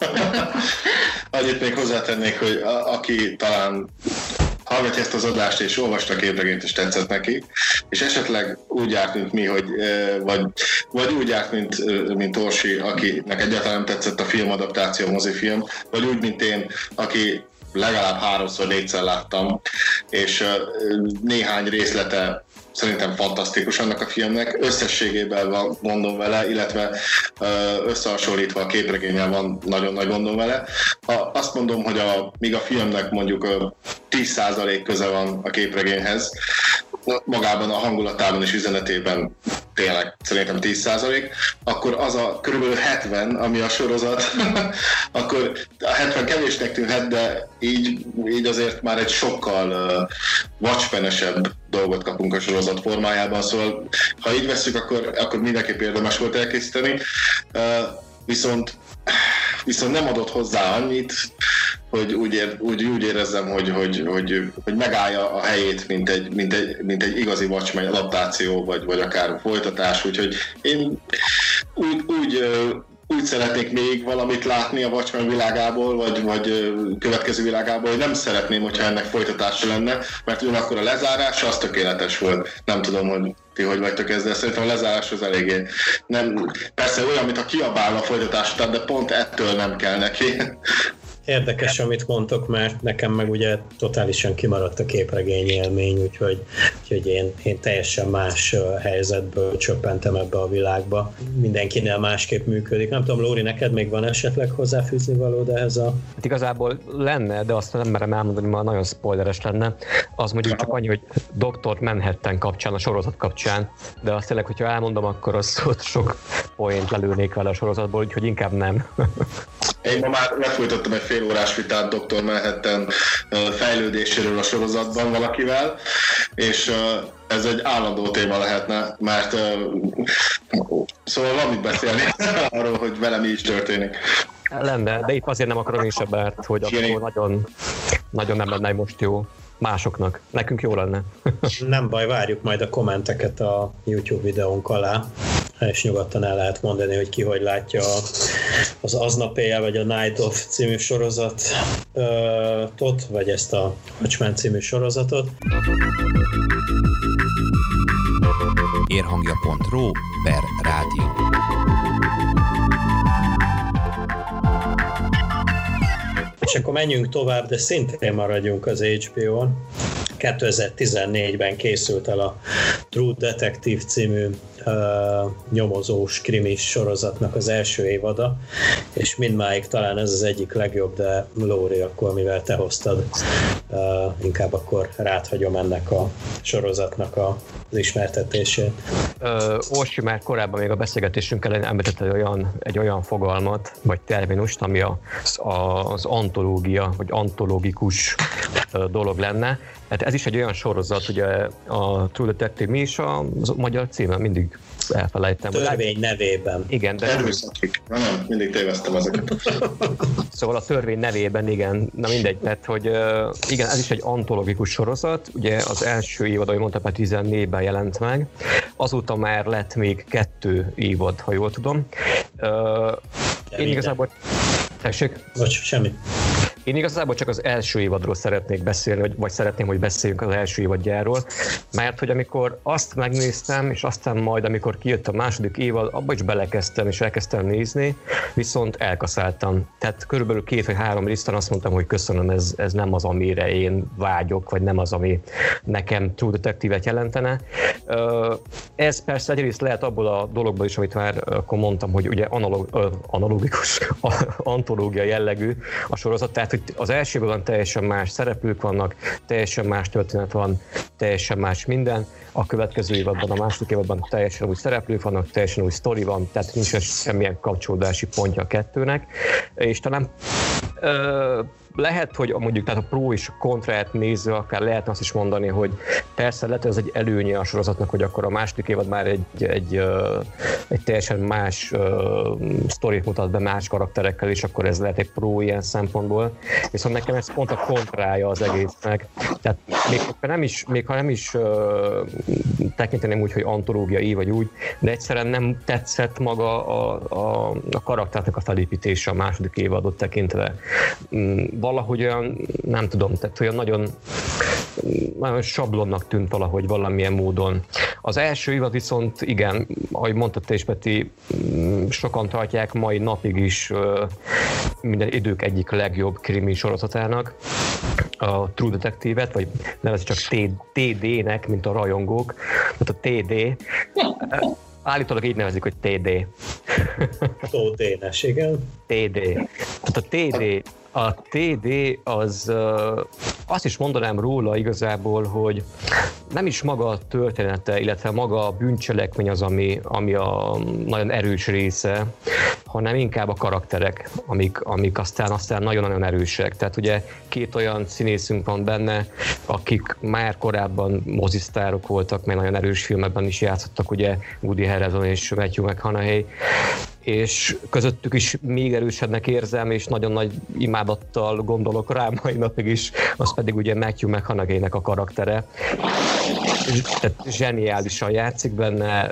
Speaker 4: Annyit még hozzátennék, hogy a, aki talán hallgatja ezt az adást, és olvasta a képregényt, és tetszett neki, és esetleg úgy járt, mint mi, hogy, vagy, vagy úgy járt, mint, mint Orsi, akinek egyáltalán nem tetszett a filmadaptáció, a mozifilm, vagy úgy, mint én, aki legalább háromszor, négyszer láttam, és néhány részlete szerintem fantasztikus annak a filmnek. Összességében van gondom vele, illetve összehasonlítva a képregénnyel van nagyon nagy gondom vele. Azt mondom, hogy a, míg a filmnek mondjuk tíz százalék köze van a képregényhez, magában a hangulatában és üzenetében tényleg szerintem tíz százalék, akkor az a körülbelül hetven, ami a sorozat, akkor a hetven kevésnek tűnhet, de így, így azért már egy sokkal uh, watchpenesebb dolgot kapunk a sorozat formájában, szóval ha így vesszük, akkor, akkor mindenképp érdemes volt elkészíteni, uh, viszont, viszont nem adott hozzá annyit, hogy úgy, ér, úgy, úgy érezzem, hogy, hogy, hogy, hogy megállja a helyét, mint egy, mint egy, mint egy igazi Watchmen adaptáció, vagy, vagy akár folytatás, úgyhogy én úgy, úgy, úgy szeretnék még valamit látni a Watchmen világából, vagy, vagy következő világából, hogy nem szeretném, hogyha ennek folytatása lenne, mert ugyanakkor a lezárás az tökéletes volt. Nem tudom, hogy ti hogy vagytok ezzel, szerintem a lezárás az eléggé nem, persze olyan, mint a kiabál a folytatás után, de pont ettől nem kell neki.
Speaker 2: Érdekes, amit mondtok, mert nekem meg ugye totálisan kimaradt a képregény élmény, úgyhogy, úgyhogy én, én teljesen más helyzetből csöppentem ebbe a világba. Mindenkinél másképp működik. Nem tudom, Lóri, neked még van esetleg hozzáfűzni valód ehhez a...
Speaker 5: Hát igazából lenne, de azt nem merem elmondani, mert nagyon spoileres lenne. Az mondjuk csak annyi, hogy doktor Manhattan kapcsán, a sorozat kapcsán, de azt tényleg, hogyha elmondom, akkor az sok poént lelőnék vele a sorozatból, úgyhogy inkább nem.
Speaker 4: Én ma már lefolytattam egy fél órás vitát doktor Manhattan fejlődéséről a sorozatban valakivel, és ez egy állandó téma lehetne, mert szóval van mit beszélni arról, hogy vele mi is történik.
Speaker 5: Lenne, de itt azért nem akarom én se, mert hogy akkor nagyon, nagyon nem lenne most jó másoknak. Nekünk jó lenne.
Speaker 2: Nem baj, várjuk majd a kommenteket a YouTube videónk alá, és nyugodtan el lehet mondani, hogy ki hogy látja az Aznap éjjel, vagy a Night of című sorozatot, vagy ezt a Watchmen című sorozatot.
Speaker 1: érhangja pont ro per rádió.
Speaker 2: És akkor menjünk tovább, de szintén maradjunk az há bé ó-n. kétezer-tizennégyben készült el a True Detective című uh, nyomozós, krimis sorozatnak az első évada, és mindmáig talán ez az egyik legjobb, de Lóri, akkor mivel te hoztad, uh, inkább akkor rád hagyom ennek a sorozatnak a, az ismertetését.
Speaker 5: Uh, Orsi már korábban még a beszélgetésünk elején említett egy olyan, egy olyan fogalmat, vagy terminust, ami a, a, az antológia, vagy antológikus uh, dolog lenne. Hát ez is egy olyan sorozat, ugye a True Detective, mi is a magyar címe, mindig elfelejtem.
Speaker 2: Törvény nevében.
Speaker 5: Igen, de...
Speaker 4: Erőszakik. Na nem, mindig téveztem ezeket.
Speaker 5: Szóval a törvény nevében, igen, na mindegy, tehát, hogy igen, ez is egy antológikus sorozat, ugye az első évad, ahogy mondtam, tizennégyben jelent meg, azóta már lett még kettő évad, ha jól tudom. Én igazából... Tessék?
Speaker 2: Vagy semmi.
Speaker 5: Én igazából csak az első évadról szeretnék beszélni, vagy, vagy szeretném, hogy beszéljünk az első évadjáról, mert hogy amikor azt megnéztem, és aztán majd, amikor kijött a második évad, abba is belekezdtem, és elkezdtem nézni, viszont elkaszáltam. Tehát körülbelül két vagy három részben azt mondtam, hogy köszönöm, ez, ez nem az, amire én vágyok, vagy nem az, ami nekem True Detective-et jelentene. Ez persze egyrészt lehet abból a dologból is, amit már akkor mondtam, hogy ugye analóg, analógikus, antológia jellegű a sorozat, tehát hogy az első évadban teljesen más szereplők vannak, teljesen más történet van, teljesen más minden. A következő évadban, a második évadban teljesen új szereplők vannak, teljesen új sztori van, tehát nincs semmilyen kapcsolódási pontja a kettőnek. És talán ö, lehet, hogy mondjuk tehát a pro és a kontrát nézve akár lehetne azt is mondani, hogy persze lehet, hogy ez egy előnye a sorozatnak, hogy akkor a második évad már egy, egy, egy teljesen más uh, sztorit mutat be más karakterekkel, és akkor ez lehet egy pro ilyen szempontból. Viszont nekem ez pont a kontrája az egésznek. Tehát még ha nem is, még ha nem is uh, tekinteném úgy, hogy antológia így vagy úgy, de egyszerűen nem tetszett maga a, a, a karakternek a felépítése a második évadot tekintve. Valahogy olyan, nem tudom, tehát olyan nagyon, nagyon sablonnak tűnt valahogy valamilyen módon. Az első évad viszont igen, ahogy mondtad te is, Peti, sokan tartják mai napig is minden idők egyik legjobb krimi sorozatának, a True Detective-et, vagy nevezik csak té dé-nek, mint a rajongók, tehát a té dé. Állítólag így nevezik, hogy té dé.
Speaker 2: Tódénes, igen.
Speaker 5: té dé. Tehát a té dé, a té dé az, azt is mondanám róla igazából, hogy nem is maga a története, illetve maga a bűncselekmény az, ami, ami a nagyon erős része, hanem inkább a karakterek, amik, amik aztán, aztán nagyon-nagyon erősek. Tehát ugye két olyan színészünk van benne, akik már korábban mozisztárok voltak, mert nagyon erős filmekben is játszottak, ugye Woody Harrelson és Matthew McConaughey, és közöttük is még erősebbnek érzem, és nagyon nagy imádattal gondolok rá mai napig is, az pedig ugye Matthew McConaughey-nek a karaktere. Tehát zseniálisan játszik benne,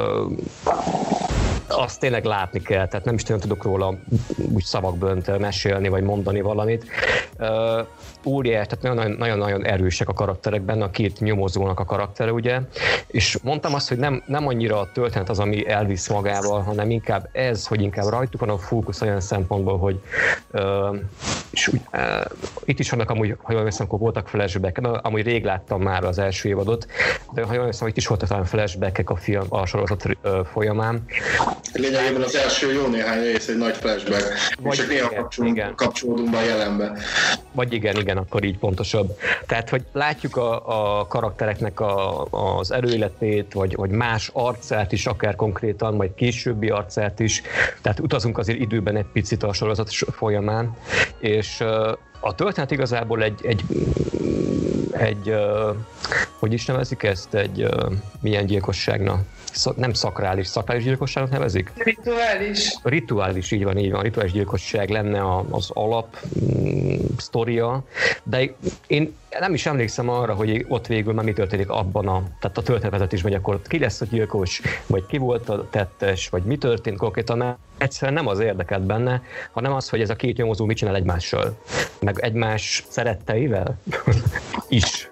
Speaker 5: azt tényleg látni kell, tehát nem is tudom, tudok róla úgy szavakba öntve mesélni, vagy mondani valamit. Óriás, tehát nagyon-nagyon erősek a karakterek benne, a két nyomozónak a karaktere, ugye, és mondtam azt, hogy nem, nem annyira a történet az, ami elvisz magával, hanem inkább ez, hogy inkább rajtuk van a fókusz olyan szempontból, hogy uh, és úgy, uh, itt is vannak amúgy, ha jól veszem, akkor voltak flashback, na, amúgy rég láttam már az első évadot, de ha jól veszem, itt is voltak talán flashbackek a film, a sorozat uh, folyamán,
Speaker 4: Lényegében az első jó néhány rész egy nagy flashback, vagy és csak néha kapcsolódunk, kapcsolódunk be a jelenbe.
Speaker 5: Vagy igen, igen, akkor így pontosabb. Tehát, hogy látjuk a, a karaktereknek a, az erőletét, vagy, vagy más arcát is, akár konkrétan, vagy későbbi arcát is. Tehát utazunk azért időben egy picit a sorozat folyamán, és a történet igazából egy, egy, egy hogy is nevezik ezt, egy milyen gyilkosságnak? Nem szakrális, szakrális gyilkosságnak nevezik?
Speaker 3: Rituális.
Speaker 5: Rituális, így van, így van. Rituális gyilkosság lenne az alap mm, sztoria, de én nem is emlékszem arra, hogy ott végül már mi történik abban a, tehát a történetvezetésben, hogy akkor ki lesz a gyilkos, vagy ki volt a tettes, vagy mi történt konkrétan. Egyszerűen nem az érdekelt benne, hanem az, hogy ez a két nyomozó mit csinál egymással, meg egymás szeretteivel is.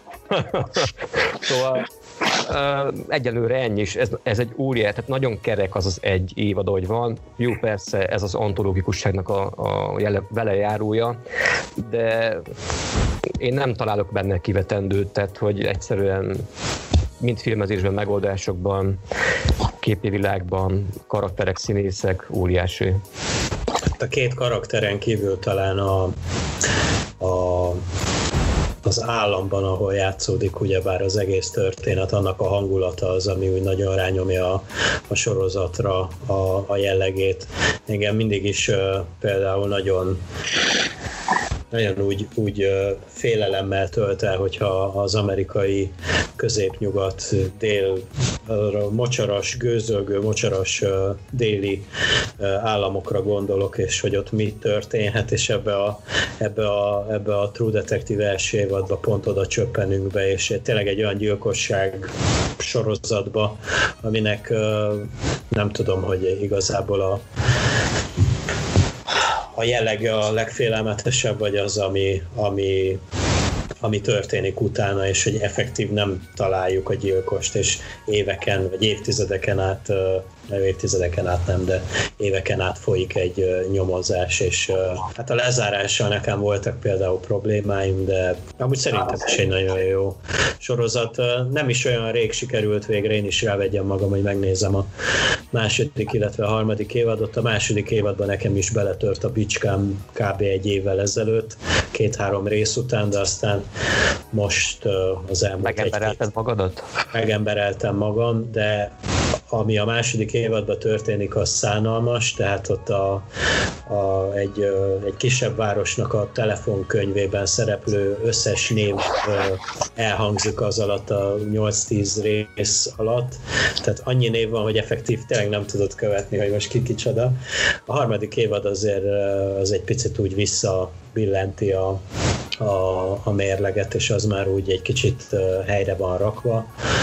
Speaker 5: Szóval Uh, egyelőre ennyi is, ez, ez egy óriás, tehát nagyon kerek az az egy évad, ahogy van. Jó, persze ez az antológikusságnak a, a jele, vele járója, de én nem találok benne kivetendőt, tehát hogy egyszerűen mind filmezésben, megoldásokban, képi világban, karakterek, színészek, óriási.
Speaker 2: A két karakteren kívül talán a, a az államban, ahol játszódik ugyebár az egész történet, annak a hangulata az, ami úgy nagyon rányomja a, a sorozatra a, a jellegét. Engem mindig is uh, például nagyon nagyon úgy, úgy félelemmel tölt el, hogyha az amerikai középnyugat, dél, mocsaras, gőzölgő, mocsaras déli államokra gondolok, és hogy ott mi történhet, és ebbe a, ebbe a, ebbe a True Detective első évadba pont oda csöppenünk be, és tényleg egy olyan gyilkosság sorozatba, aminek nem tudom, hogy igazából a a jellege a legfélelmetesebb, vagy az, ami, ami, ami történik utána, és hogy effektív nem találjuk a gyilkost, és éveken, vagy évtizedeken át, nem évtizedeken át nem, de éveken át folyik egy nyomozás, és hát a lezárással nekem voltak például problémáim, de amúgy szerintem is egy nagyon jó sorozat. Nem is olyan rég sikerült végre, én is rávegyem magam, hogy megnézem a második, illetve a harmadik évadot. A második évadban nekem is beletört a bicskám kb. Egy évvel ezelőtt, két-három rész után, de aztán most az elmúlt
Speaker 5: Megemberelted magadat?
Speaker 2: Megembereltem magam, de ami a második évadban történik, az szánalmas, tehát ott a, a, egy, egy kisebb városnak a telefonkönyvében szereplő összes név elhangzik az alatt a nyolc-tíz rész alatt, tehát annyi név van, hogy effektív tényleg nem tudod követni, hogy most ki kicsoda. A harmadik évad azért az egy picit úgy visszabillenti a, a, a mérleget, és az már úgy egy kicsit helyre van rakva.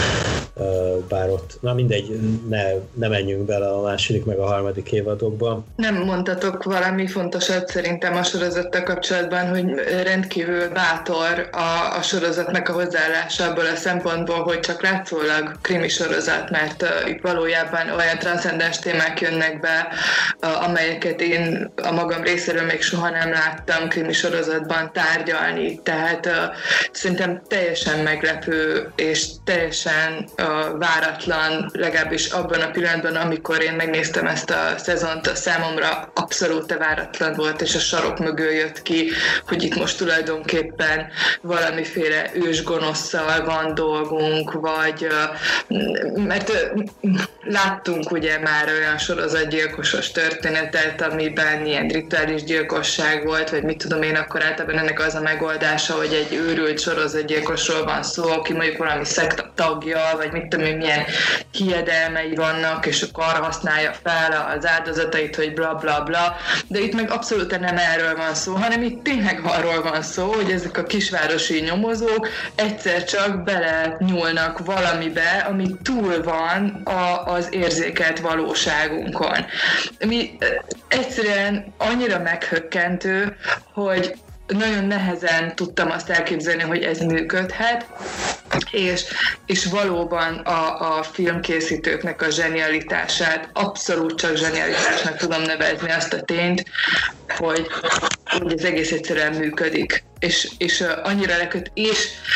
Speaker 2: Bár ott, na mindegy, ne, ne menjünk bele a második meg a harmadik évadokba.
Speaker 3: Nem mondtatok valami fontosat szerintem a sorozattal kapcsolatban, hogy rendkívül bátor a, a sorozatnak a hozzáállása abból a szempontból, hogy csak látszólag krimi sorozat, mert uh, itt valójában olyan transzcendens témák jönnek be, uh, amelyeket én a magam részéről még soha nem láttam krimi sorozatban tárgyalni, tehát uh, szerintem teljesen meglepő és teljesen uh, váratlan, legalábbis abban a pillanatban, amikor én megnéztem ezt a szezont, a számomra abszolút váratlan volt, és a sarok mögül jött ki, hogy itt most tulajdonképpen valamiféle ősgonosszal van dolgunk, vagy mert láttunk ugye már olyan sorozatgyilkosos történetet, amiben ilyen rituális gyilkosság volt, vagy mit tudom én, akkor általában ennek az a megoldása, hogy egy őrült sorozatgyilkosról van szó, aki mondjuk valami szekta tagja, vagy mit tudom én, milyen hiedelmei vannak, és akkor arra használja fel az áldozatait, hogy bla bla bla, de itt meg abszolút nem erről van szó, hanem itt tényleg arról van szó, hogy ezek a kisvárosi nyomozók egyszer csak bele nyúlnak valamibe, ami túl van a, az érzékelt valóságunkon. Mi egyszerűen annyira meghökkentő, hogy nagyon nehezen tudtam azt elképzelni, hogy ez működhet, és, és valóban a, a filmkészítőknek a zsenialitását, abszolút csak zsenialitásnak tudom nevezni azt a tényt, hogy, hogy ez egész egyszerűen működik, és, és annyira leköt, és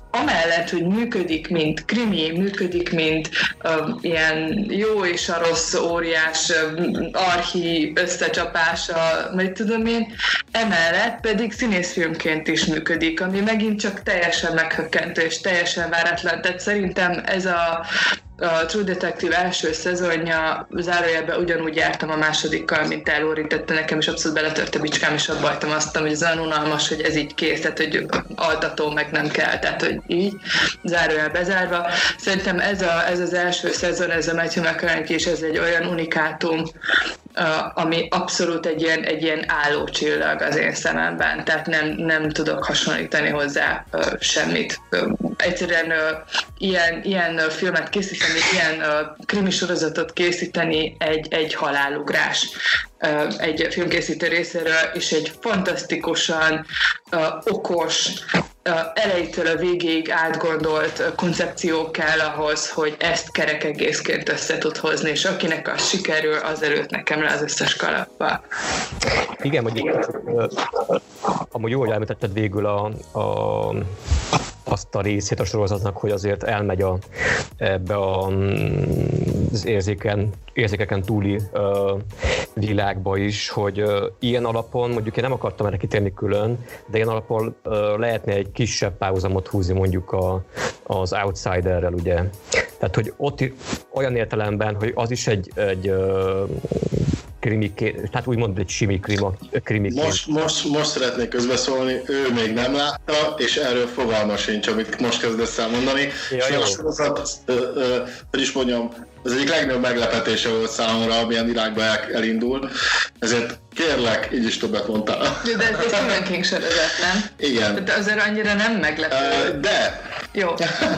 Speaker 3: amellett, hogy működik, mint krimi, működik, mint uh, ilyen jó és a rossz óriás uh, archi összecsapása, vagy tudom én, emellett pedig színészfilmként is működik, ami megint csak teljesen meghökkentő és teljesen váratlan. Tehát szerintem ez a A True Detective első szezonja, zárójelben ugyanúgy jártam a másodikkal, mint elórítette nekem, és abszolút beletört a bicskám, és abba hagytam azt, hogy ez olyan unalmas, hogy ez így kész, tehát hogy altató meg nem kell, tehát hogy így, zárójel bezárva. Szerintem ez, a, ez az első szezon, ez a Matthew McConaughey, és ez egy olyan unikátum, ami abszolút egy ilyen, egy ilyen állócsillag az én szememben, tehát nem, nem tudok hasonlítani hozzá semmit. Egyszerűen ilyen, ilyen filmet készíteni, ilyen krimi sorozatot készíteni egy, egy halálugrás egy filmkészítő részéről, és egy fantasztikusan okos, elejétől a végéig átgondolt koncepció kell ahhoz, hogy ezt kerek egészként össze tud hozni, és akinek az sikerül, az előtt nekem le az összes kalapba.
Speaker 5: Igen, mondjuk amúgy jól elmutatted végül a, a azt a részét a sorozatnak, hogy azért elmegy a, ebbe a, az érzéken, érzékeken túli uh, világba is, hogy uh, ilyen alapon, mondjuk én nem akartam erre kitérni külön, de ilyen alapon uh, lehetne egy kisebb párhuzamot húzni mondjuk a, az Outsiderrel, ugye. Tehát, hogy ott olyan értelemben, hogy az is egy, egy uh, krimiként, tehát úgymond egy simi krima, krimiként.
Speaker 4: Most, most, most szeretnék közbeszólni, ő még nem látta, és erről fogalma sincs, amit most kezdesz elmondani. Ja, és a sorozat, hogy is mondjam, ez egyik legnagyobb meglepetése volt számomra, amilyen irányba el, elindul, ezért kérlek, így is többet mondtál.
Speaker 3: Jó, de ez egy Stephen King sorozat, nem?
Speaker 4: Igen.
Speaker 3: De azért annyira nem meglepő.
Speaker 4: Uh, de!
Speaker 3: Jó.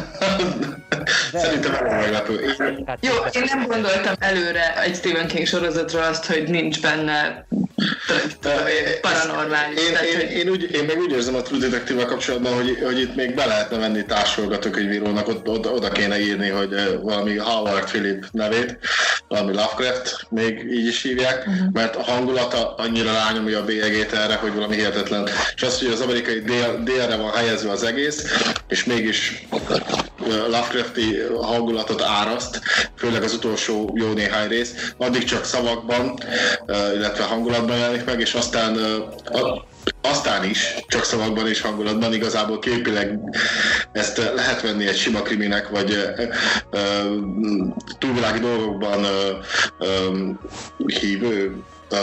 Speaker 4: Szerintem nem meglepő.
Speaker 3: Jó, én nem gondoltam előre egy Stephen King sorozatról azt, hogy nincs benne paranormális.
Speaker 4: Én,
Speaker 3: tehát,
Speaker 4: én,
Speaker 3: hogy...
Speaker 4: én, úgy, én meg úgy érzem a True Detective-vel kapcsolatban, hogy, hogy itt még be lehetne venni társolgatókönyvírónak, oda, oda, oda kéne írni, hogy valami Howard Philip nevét, valami Lovecraft, még így is hívják, uh-huh. mert a hangulata annyira rányomja a bélyegét erre, hogy valami hihetetlen. És az, hogy az amerikai dél, délre van helyezve az egész, és mégis Lovecrafti hangulatot áraszt, főleg az utolsó jó néhány rész, addig csak szavakban, illetve hangulatban jelenik meg, és aztán aztán is, csak szavakban és hangulatban, igazából képileg ezt lehet venni egy sima kriminek, vagy ö, ö, túlvilági dolgokban ö, ö, hívő ö,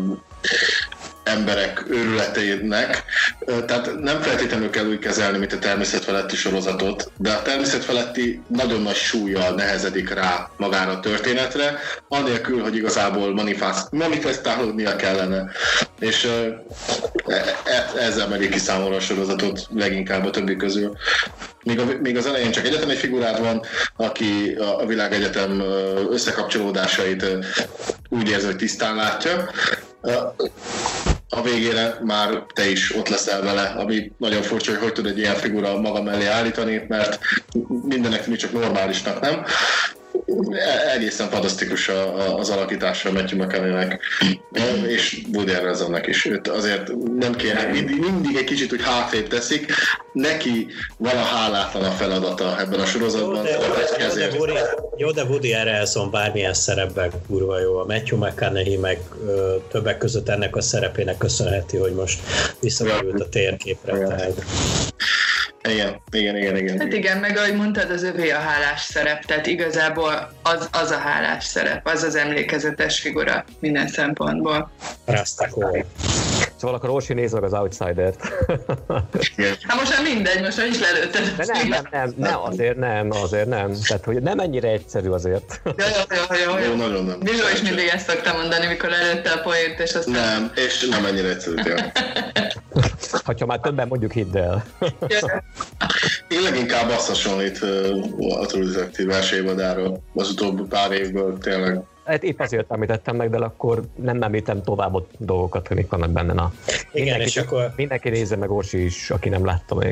Speaker 4: emberek őrületének, tehát nem feltétlenül kell úgy kezelni, mint a természetfeletti sorozatot, de a természetfeletti nagyon nagy súllyal nehezedik rá magára a történetre, anélkül, hogy igazából manifestálódnia kellene. És ez emeli ki számomra a sorozatot leginkább a többi közül. Még, a, még az elején csak egyetlen egy figurád van, aki a világegyetem összekapcsolódásait úgy érzi, hogy tisztán látja. A végére már te is ott leszel vele, ami nagyon furcsa, hogy hogy tud egy ilyen figura maga mellé állítani, mert mindenek mi csak normálisnak, nem? Egészen fantasztikus az alakítása Matthew McConaugheynek, és Woody Harrelsonnak is. Őt azért nem kéne, mindig, mindig egy kicsit úgy hátrébb teszik, neki van a hálátlan a feladata ebben a sorozatban.
Speaker 2: Jó, de, jó, de, Woody, jó, de Woody Harrelson bármilyen szerepben kurva jó. A Matthew McConaughey meg ö, többek között ennek a szerepének köszönheti, hogy most visszakerült a térképre. Tehát.
Speaker 4: Igen, igen, igen, igen.
Speaker 3: Hát igen, meg ahogy mondtad, az övé a hálás szerep, tehát igazából az, az a hálás szerep, az az emlékezetes figura minden szempontból.
Speaker 2: Rasztakó.
Speaker 5: Szóval akkor Orsi nézd meg az Outsidert.
Speaker 3: Hát most már mindegy, most már is lelőtted.
Speaker 5: De nem, nem, nem, nem, azért nem, azért nem. Tehát, hogy nem ennyire egyszerű azért.
Speaker 3: Jó, jó, jó, jó.
Speaker 4: Jó, nagyon nem.
Speaker 3: Bizó is mindig ezt szoktam mondani, mikor lelőtte a poént, és aztán...
Speaker 4: Nem, és nem ennyire egyszerű.
Speaker 5: Ha már többen mondjuk, hidd el.
Speaker 4: Én leginkább azt hasonlít a True Detective első évadáról az utóbbi pár évből tényleg.
Speaker 5: Hát épp azért említettem meg, de akkor nem említem tovább a dolgokat, hogy mik vannak benne. Na.
Speaker 2: Igen,
Speaker 5: mindenki,
Speaker 2: és akkor...
Speaker 5: Mindenki nézze meg, Orsi is, aki nem látta még.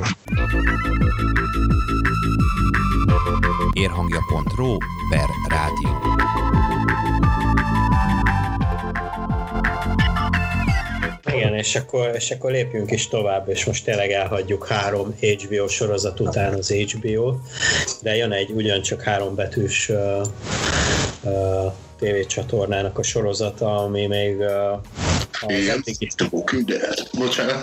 Speaker 1: érhangja pont ro per rádió.
Speaker 2: Igen, és akkor, és akkor lépjünk is tovább, és most tényleg elhagyjuk három há bé o sorozat után az há bé o, de jön egy ugyancsak három betűs uh, uh, tévécsatornának a sorozata, ami még uh, az eddigi...
Speaker 4: Bocsánat.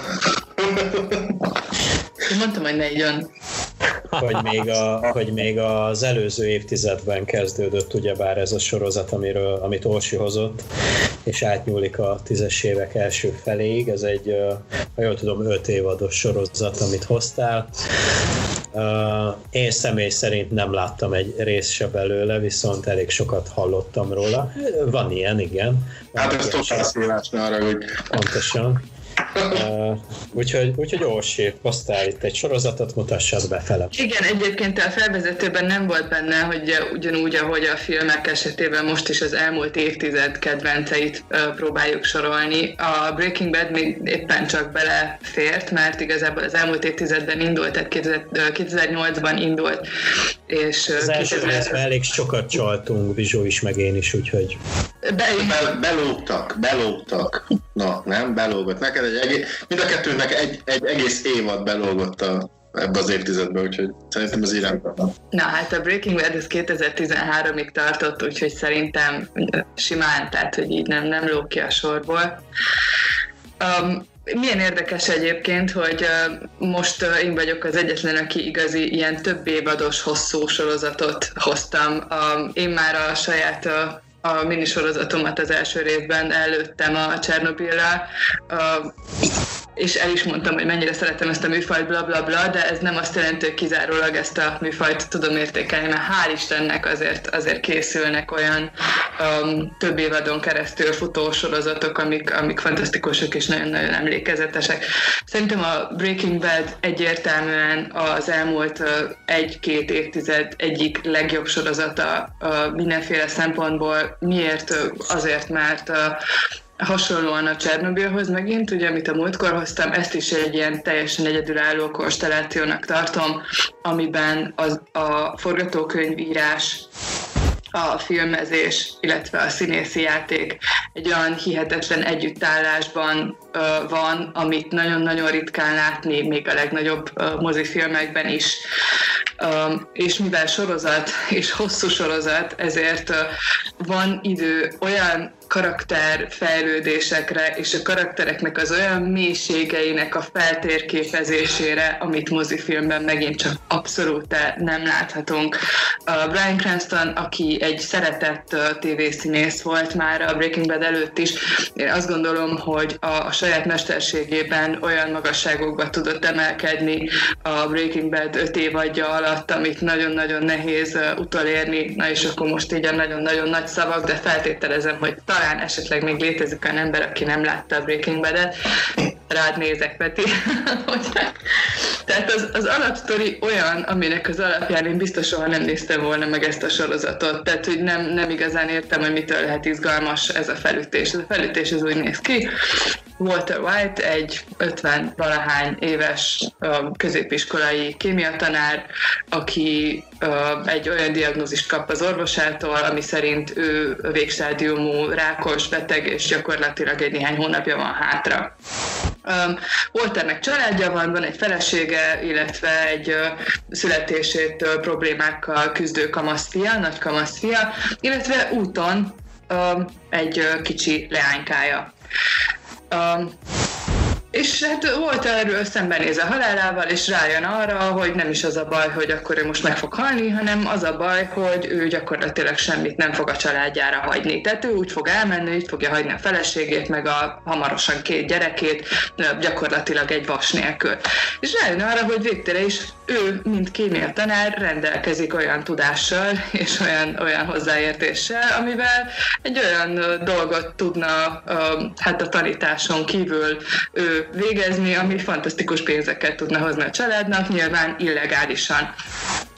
Speaker 3: Én mondtam, hogy ne jön.
Speaker 2: Hogy még, a, hogy még az előző évtizedben kezdődött ugyebár ez a sorozat, amiről, amit Orsi hozott, és átnyúlik a tízes évek első feléig. Ez egy, ha jól tudom, öt évados sorozat, amit hoztál. Én személy szerint nem láttam egy részt se belőle, viszont elég sokat hallottam róla. Van ilyen, igen.
Speaker 4: Hát ez totálszólás arra, hogy...
Speaker 2: Pontosan. Uh, úgyhogy, úgyhogy Orsi, hoztál itt egy sorozatot, mutassad be fele.
Speaker 3: Igen, egyébként a felvezetőben nem volt benne, hogy ugyanúgy, ahogy a filmek esetében most is az elmúlt évtized kedvenceit uh, próbáljuk sorolni. A Breaking Bad még éppen csak belefért, mert igazából az elmúlt évtizedben indult, tehát kétezer-nyolcban indult. És, uh,
Speaker 2: az első részben elég sokat csaltunk, Bizsó is, meg én is, úgyhogy...
Speaker 3: Be,
Speaker 4: Be, belógtak, belógtak. Na, nem? Belógott. Neked egy egész, mind a kettőnek egy, egy egész évad belógott a, ebbe az évtizedbe, úgyhogy szerintem az irányban.
Speaker 3: Na hát a Breaking Bad ez kétezer-tizenháromig tartott, úgyhogy szerintem simán, tehát hogy így nem, nem lóg ki a sorból. Um, Milyen érdekes egyébként, hogy uh, most uh, én vagyok az egyetlen, aki igazi ilyen több évados hosszú sorozatot hoztam. Um, én már a saját uh, a minisorozatomat az első részben előttem a Csernobillel, uh, és el is mondtam, hogy mennyire szeretem ezt a műfajt, bla bla bla, de ez nem azt jelenti, hogy kizárólag ezt a műfajt tudom értékelni, mert hál' Istennek azért, azért készülnek olyan um, több évadon keresztül futó sorozatok, amik, amik fantasztikusak és nagyon-nagyon emlékezetesek. Szerintem a Breaking Bad egyértelműen az elmúlt uh, egy-két évtized egyik legjobb sorozata uh, mindenféle szempontból. Miért? Azért, mert uh, hasonlóan a Csernobilhoz megint, ugye, amit a múltkor hoztam, ezt is egy ilyen teljesen egyedülálló konstellációnak tartom, amiben az, a forgatókönyvírás, a filmezés, illetve a színészi játék egy olyan hihetetlen együttállásban uh, van, amit nagyon-nagyon ritkán látni, még a legnagyobb uh, mozifilmekben is. Um, és mivel sorozat és hosszú sorozat, ezért uh, van idő olyan karakterfejlődésekre és a karaktereknek az olyan mélységeinek a feltérképezésére, amit mozifilmben megint csak abszolút nem láthatunk. Uh, Bryan Cranston, aki egy szeretett uh, tévészínész volt már a Breaking Bad előtt is, én azt gondolom, hogy a, a saját mesterségében olyan magasságokba tudott emelkedni a Breaking Bad öt évadja alatt, amit nagyon-nagyon nehéz uh, utolérni. Na és akkor most így a nagyon-nagyon nagy szavak, de feltételezem, hogy talán esetleg még létezik olyan ember, aki nem látta a Breaking Bad-et. Rád nézek, Peti. Tehát az, az alapsztori olyan, aminek az alapján én biztos soha nem néztem volna meg ezt a sorozatot. Tehát, hogy nem, nem igazán értem, hogy mitől lehet izgalmas ez a felütés. Ez a felütés az úgy néz ki. Walter White, egy ötven-valahány éves középiskolai kémiatanár, aki egy olyan diagnózist kap az orvosától, ami szerint ő végstádiumú rákos beteg, és gyakorlatilag egy néhány hónapja van hátra. Walternek családja van, van egy felesége, illetve egy születésétől problémákkal küzdő kamaszfia, nagy kamaszfia, illetve úton egy kicsi leánykája. Um, és hát volt erről szembenéz a halálával, és rájön arra, hogy nem is az a baj, hogy akkor ő most meg fog halni, hanem az a baj, hogy ő gyakorlatilag semmit nem fog a családjára hagyni. Tehát ő úgy fog elmenni, úgy fogja hagyni a feleségét, meg a hamarosan két gyerekét, gyakorlatilag egy vas nélkül. És rájön arra, hogy végtére is ő, mint kémiatanár, rendelkezik olyan tudással és olyan, olyan hozzáértéssel, amivel egy olyan dolgot tudna hát a tanításon kívül ő végezni, ami fantasztikus pénzeket tudna hozni a családnak, nyilván illegálisan.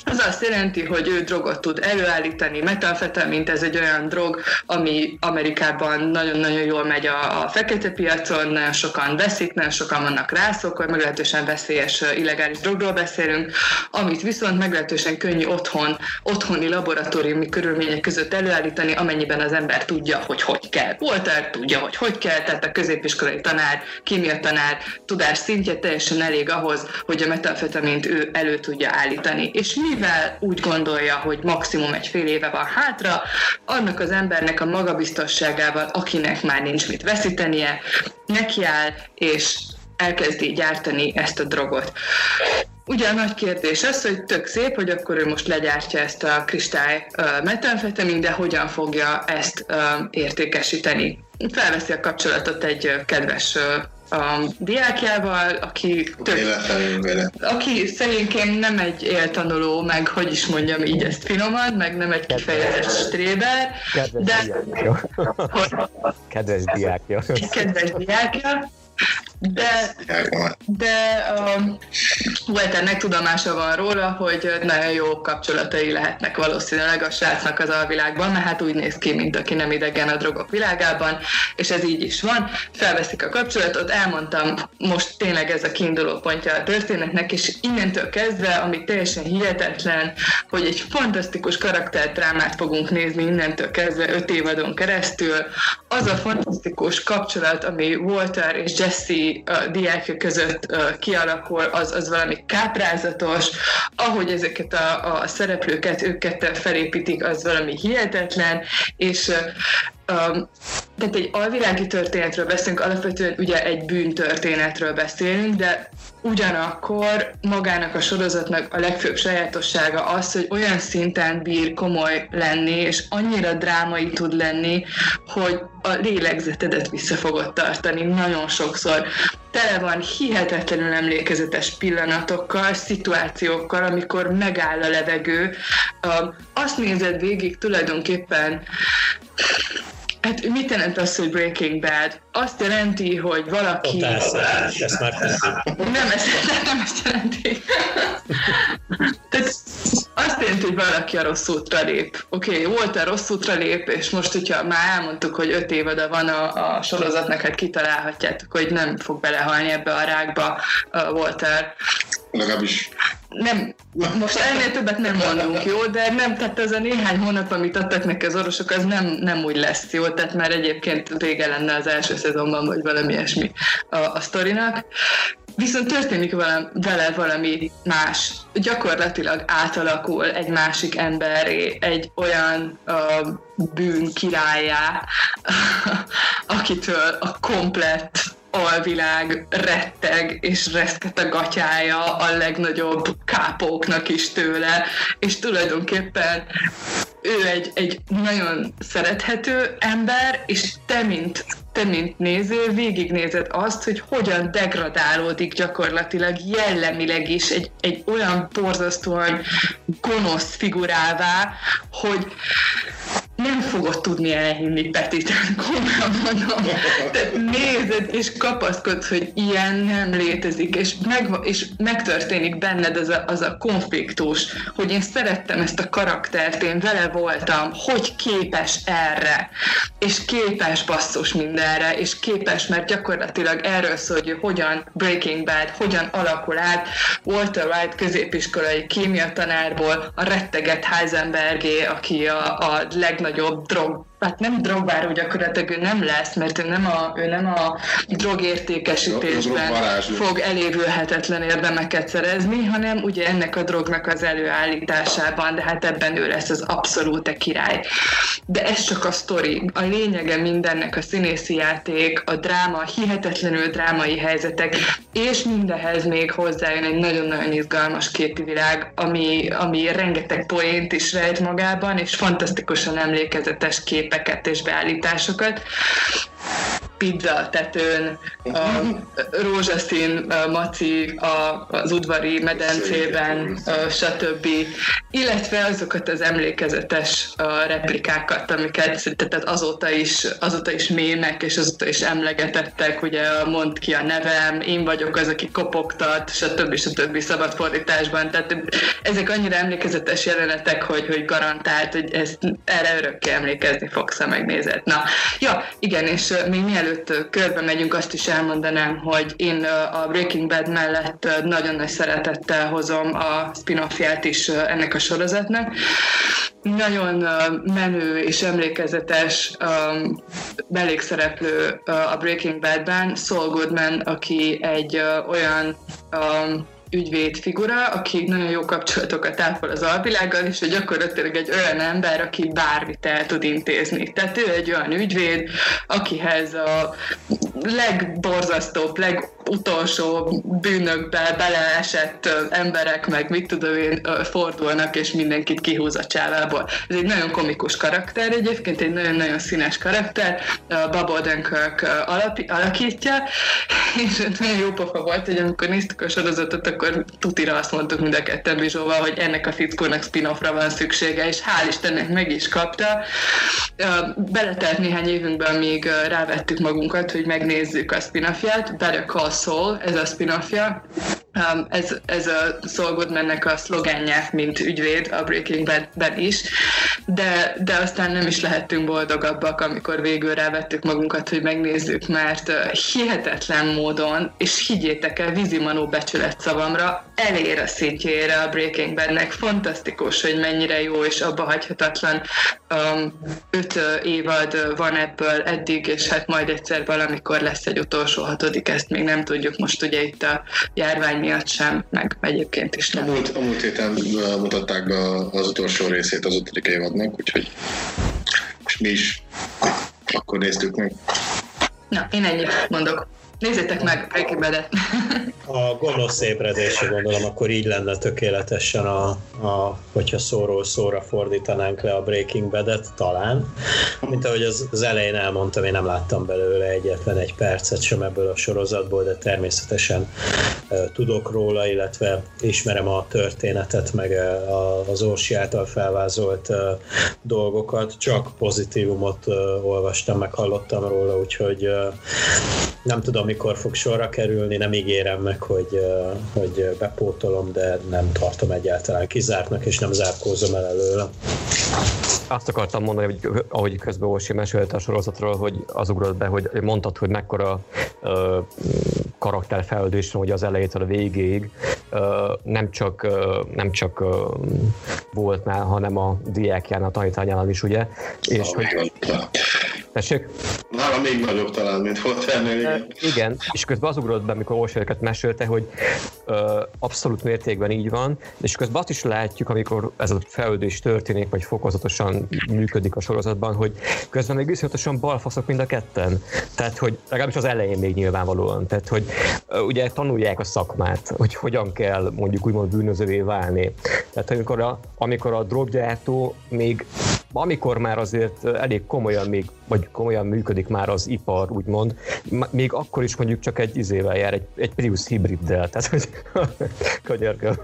Speaker 3: Az azt jelenti, hogy ő drogot tud előállítani, metamfetamint, ez egy olyan drog, ami Amerikában nagyon-nagyon jól megy a, a fekete piacon, nagyon sokan veszik, nagyon sokan vannak rászokva, meglehetősen veszélyes illegális drogról beszélünk, amit viszont meglehetősen könnyű otthon, otthoni laboratóriumi körülmények között előállítani, amennyiben az ember tudja, hogy hogy kell. Walter tudja, hogy hogy kell, tehát a középiskolai tanár, kémia tanár tudás szintje teljesen elég ahhoz, hogy a metamfetamint ő elő tudja állítani. És mivel úgy gondolja, hogy maximum egy fél éve van hátra, annak az embernek a magabiztosságával, akinek már nincs mit veszítenie, nekiáll, és elkezdi gyártani ezt a drogot. Ugye a nagy kérdés az, hogy tök szép, hogy akkor ő most legyártja ezt a kristály uh, metamfetamin, de hogyan fogja ezt uh, értékesíteni. Felveszi a kapcsolatot egy uh, kedves uh, a diákjával, aki, tök, aki szerintem nem egy éltanuló, meg hogy is mondjam így ezt finoman, meg nem egy kifejezett stréber,
Speaker 5: Kedves
Speaker 3: de...
Speaker 5: diákja. Kedves diákja.
Speaker 3: Kedves diákja. De, de um, Walternek tudomása van róla, hogy nagyon jó kapcsolatai lehetnek valószínűleg a srácnak az alvilágban, mert hát úgy néz ki, mint aki nem idegen a drogok világában, és ez így is van. Felveszik a kapcsolatot, elmondtam, most tényleg ez a kiinduló pontja a történetnek, és innentől kezdve, ami teljesen hihetetlen, hogy egy fantasztikus karakterdrámát fogunk nézni innentől kezdve öt évadon keresztül, az a fantasztikus kapcsolat, ami Walter és Jesse a diákok között uh, kialakul, az, az valami káprázatos, ahogy ezeket a, a szereplőket, őket felépítik, az valami hihetetlen, és uh, um, tehát egy alvilági történetről beszélünk, alapvetően ugye egy bűntörténetről beszélünk, de ugyanakkor magának a sorozatnak a legfőbb sajátossága az, hogy olyan szinten bír komoly lenni, és annyira drámai tud lenni, hogy a lélegzetedet vissza fogod tartani nagyon sokszor. Tele van hihetetlenül emlékezetes pillanatokkal, szituációkkal, amikor megáll a levegő. Azt nézed végig tulajdonképpen, hát mit jelent az, hogy Breaking Bad? Azt jelenti, hogy valaki...
Speaker 2: Totálszás, ezt már
Speaker 3: nem, ezt, nem ezt jelenti. Tehát azt jelenti, hogy valaki a rossz útra lép. Oké, okay, volt a rossz útra lép, és most, hogyha már elmondtuk, hogy öt évada van a, a sorozatnak, hát kitalálhatjátok, hogy nem fog belehalni ebbe a rákba uh, Walter.
Speaker 4: Legalábbis.
Speaker 3: Nem, most ennél többet nem mondunk, jó? De nem, tehát az a néhány hónap, amit adtak neki az orvosok, az nem, nem úgy lesz, jó? Tehát már egyébként vége lenne az első szezonban, vagy valami ilyesmi a, a sztorinak. Viszont történik valami, vele valami más. Gyakorlatilag átalakul egy másik emberré, egy olyan uh, bűn királyá, akitől a komplett alvilág retteg és reszket a gatyája a legnagyobb kápóknak is tőle, és tulajdonképpen ő egy, egy nagyon szerethető ember, és te mint, te mint néző végignézed azt, hogy hogyan degradálódik gyakorlatilag jellemileg is egy, egy olyan borzasztóan gonosz figurává, hogy nem fogod tudni elhinni, Petit, komolyan mondom. Te nézed és kapaszkodsz, hogy ilyen nem létezik, és, meg, és megtörténik benned az a, az a konfliktus, hogy én szerettem ezt a karaktert, én vele voltam, hogy képes erre, és képes basszus mindenre, és képes, mert gyakorlatilag erről szól, hogy hogyan Breaking Bad, hogyan alakul át Walter White középiskolai kémia tanárból a rettegett Heisenbergé, aki a, a legnagyobb drog, hát nem drogbáró gyakorlatilag ő nem lesz, mert ő nem a, ő nem a drogértékesítésben fog elévülhetetlen érdemeket szerezni, hanem ugye ennek a drognak az előállításában, de hát ebben ő lesz az abszolút király. De ez csak a sztori. A lényege mindennek a színészi játék, a dráma, hihetetlenül drámai helyzetek, és mindehez még hozzájön egy nagyon-nagyon izgalmas képi világ, ami, ami rengeteg poént is rejt magában, és fantasztikusan emlékezetes képeket és beállításokat. pizza tetőn, a rózsaszín maci az udvari medencében, stb. Illetve azokat az emlékezetes replikákat, amiket tehát azóta is, azóta is mémek, és azóta is emlegetettek, ugye mondd ki a nevem, én vagyok az, aki kopogtat, stb. stb. Szabad fordításban. Tehát ezek annyira emlékezetes jelenetek, hogy, hogy garantált, hogy ezt, erre örökké emlékezni fogsz, ha megnézed. Na, ja, igen, és még mielőtt körbe megyünk, azt is elmondanám, hogy én a Breaking Bad mellett nagyon nagy szeretettel hozom a spin-offját is ennek a sorozatnak. Nagyon menő és emlékezetes um, mellékszereplő uh, a Breaking Badben, Saul Goodman, aki egy uh, olyan um, ügyvéd figura, aki nagyon jó kapcsolatokat ápol az alvilággal, és ő gyakorlatilag egy olyan ember, aki bármit el tud intézni. Tehát ő egy olyan ügyvéd, akihez a legborzasztóbb, legutolsó bűnökbe beleesett emberek, meg mit tudom én, fordulnak, és mindenkit kihúz a csávából. Ez egy nagyon komikus karakter egyébként, egy nagyon-nagyon színes karakter, Bob Odenkirk alakítja, és nagyon jó pofa volt, hogy amikor néztük a sorozatot, akkor tutira azt mondtuk mind a ketten Bizsóval, hogy ennek a fickónak spin-offra van szüksége, és hál' Istennek meg is kapta. Beletelt néhány évünkben, amíg rávettük magunkat, hogy megnézzük a spin-offját. Better Call Saul, ez a spin-offja. Ez, ez a Saul Goodmannek a szlogenje, mint ügyvéd a Breaking Badben is, de, de aztán nem is lehettünk boldogabbak, amikor végül rávettük magunkat, hogy megnézzük, mert hihetetlen módon, és higgyétek el, vízimanó becsület szavamra, elér a szintjére a Breaking Badnek. Fantasztikus, hogy mennyire jó és abbahagyhatatlan um, öt évad van ebből eddig, és hát majd egyszer valamikor lesz egy utolsó hatodik, ezt még nem tudjuk most ugye itt a járvány miatt sem, meg egyébként is nem.
Speaker 4: A múlt, a múlt héten mutatták be az utolsó részét az ötödik évadnak, úgyhogy most mi is akkor néztük meg.
Speaker 3: Na, én ennyit mondok. Nézzétek meg Breaking Badet!
Speaker 2: A gonosz ébredésre gondolom, akkor így lenne tökéletesen, a, a, hogyha szóról szóra fordítanánk le a Breaking Badet, talán. Mint ahogy az, az elején elmondtam, én nem láttam belőle egyetlen egy percet sem ebből a sorozatból, de természetesen uh, tudok róla, illetve ismerem a történetet, meg uh, az Orsi által felvázolt uh, dolgokat, csak pozitívumot uh, olvastam, meg hallottam róla, úgyhogy uh, nem tudom, mikor fog sorra kerülni, nem ígérem meg, hogy, hogy bepótolom, de nem tartom egyáltalán kizártnak, és nem zárkózom el előle.
Speaker 5: Azt akartam mondani, hogy ahogy közben Orsi mesélte a sorozatról, hogy az ugrott be, hogy mondtad, hogy mekkora uh, karakterfejlődés van, hogy az elejétől a végéig uh, nem csak, uh, nem csak uh, Boltnál, hanem a diákjánál, a tanítványánál is, ugye? És hogy... Tessék?
Speaker 4: Nálam még nagyobb talán, mint volt felnél, igen.
Speaker 5: Igen, és közben az ugrott be, amikor Orsi őket mesélte, hogy ö, abszolút mértékben így van, és közben azt is látjuk, amikor ez a fejlődés történik, vagy fokozatosan működik a sorozatban, hogy közben még viszonyatosan balfaszok mind a ketten. Tehát, hogy legalábbis az elején még nyilvánvalóan. Tehát, hogy ö, ugye tanulják a szakmát, hogy hogyan kell mondjuk úgymond bűnözővé válni. Tehát, amikor a, amikor a droggyártó még amikor már azért elég komolyan még, vagy komolyan működik már az ipar, úgymond, még akkor is mondjuk csak egy izével jár, egy, egy Prius hibriddel, tehát hogy könyörgöm.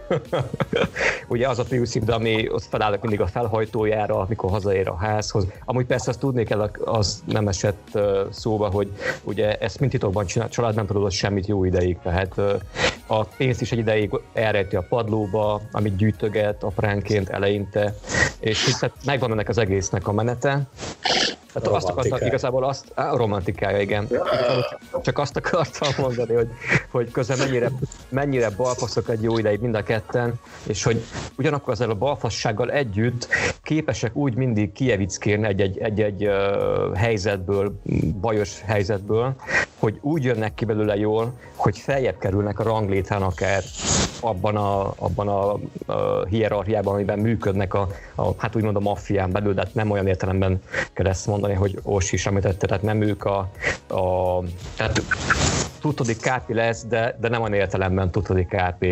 Speaker 5: Ugye az a Prius hibrid, ami ott felállnak mindig a felhajtójára, amikor hazaér a házhoz. Amúgy persze azt tudni kell, az nem esett szóba, hogy ugye ezt mind titokban csinál, család nem tudod semmit jó ideig, tehát a pénzt is egy ideig elrejti a padlóba, amit gyűjtöget apránként eleinte, és itt megvan ennek az egésznek a menete. Hát azt akartam, igazából azt, á, a romantikája, igen. Csak azt akartam mondani, hogy, hogy közben mennyire, mennyire balfaszok egy jó ideig mind a ketten, és hogy ugyanakkor ezzel a balfassággal együtt képesek úgy mindig kijevickélni egy-egy, egy-egy uh, helyzetből, bajos helyzetből, hogy úgy jönnek ki belőle jól, hogy feljebb kerülnek a ranglétrán akár abban a, abban a, a hierarchiában, amiben működnek a, a, hát úgymond a maffián belül, de hát nem olyan értelemben kell ezt mondani, hogy Orsi is említette, tehát nem ők a, a tehát tudtodik ká pé lesz, de, de nem olyan értelemben tudtodik ká pé.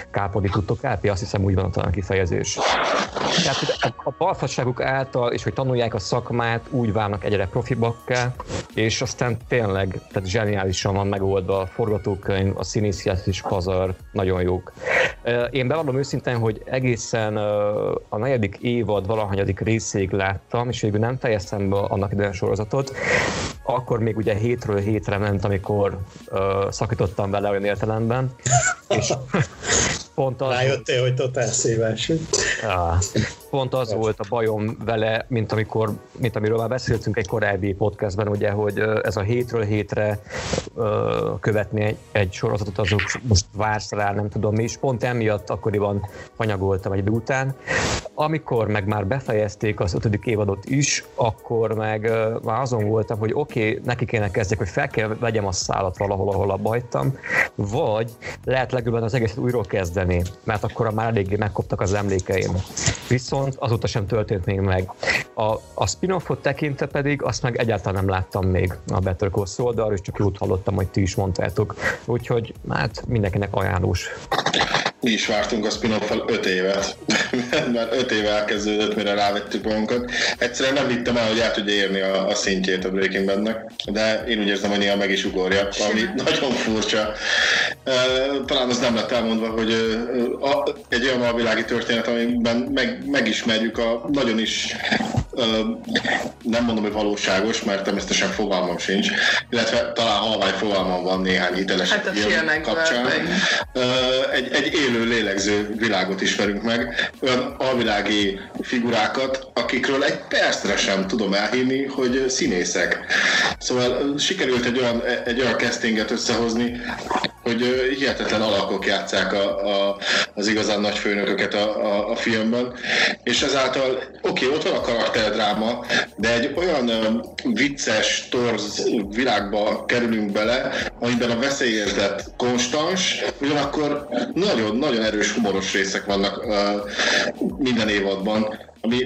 Speaker 5: kápolni tudtok kápi, azt hiszem úgy van talán a kifejezés. Tehát a, a balfasságuk által, és hogy tanulják a szakmát, úgy válnak egyre profibakká, és aztán tényleg, tehát zseniálisan van megoldva a forgatókönyv, a színészjáték pazar, nagyon jók. Én bevallom őszintén, hogy egészen a negyedik évad valahanyadik részéig láttam, és végül nem fejeztem be annak idején sorozatot. Akkor még ugye hétről hétre ment, amikor uh, szakítottam vele olyan értelemben. És pont az...
Speaker 2: Rájöttél, hogy totál szívás.
Speaker 5: Ah, pont az volt a bajom vele, mint, amikor, mint amiről már beszéltünk egy korábbi podcastben, ugye, hogy ez a hétről hétre uh, követni egy, egy sorozatot, azok most vársz rá, nem tudom mi, és pont emiatt akkoriban anyagoltam egy idő után. Amikor meg már befejezték az ötödik évadot is, akkor meg uh, már azon voltam, hogy oké, okay, neki kéne kezdjek, hogy fel kell vegyem a szálat valahol, ahol abba hagytam, vagy lehet legjobbban az egészet újról kezdeni, mert akkor már eléggé megkoptak az emlékeim. Viszont azóta sem történt még meg. A, a spin-offot tekintve pedig azt meg egyáltalán nem láttam még a Better Call Saul, de arról is csak jót hallottam, hogy ti is mondtátok. Úgyhogy hát mindenkinek ajánlós.
Speaker 4: Mi is vártunk a spin-off-val öt évet, mert öt éve elkezdődött, mire rávettük magunkat. Egyszerűen nem hittem el, hogy el tudja érni a, a szintjét a Breaking Badnek, de én úgy érzem, hogy néha meg is ugorja, ami nagyon furcsa. Talán az nem lett elmondva, hogy egy olyan alvilági történet, amiben meg, megismerjük a nagyon is, nem mondom, hogy valóságos, mert természetesen fogalmam sincs, illetve talán halvány fogalmam van néhány hiteles
Speaker 3: hát
Speaker 4: film kapcsán. Egy, egy élő, lélegző világot ismerünk meg, olyan alvilági figurákat, akikről egy percre sem tudom elhinni, hogy színészek. Szóval sikerült egy olyan, egy olyan castinget összehozni, hogy hihetetlen alakok játsszák a, a, az igazán nagy főnököket a, a, a filmben, és ezáltal oké, okay, ott van a karakterdráma, de egy olyan vicces, torz világba kerülünk bele, amiben a veszélyérzet konstans, ugyanakkor nagyon-nagyon erős humoros részek vannak uh, minden évadban, ami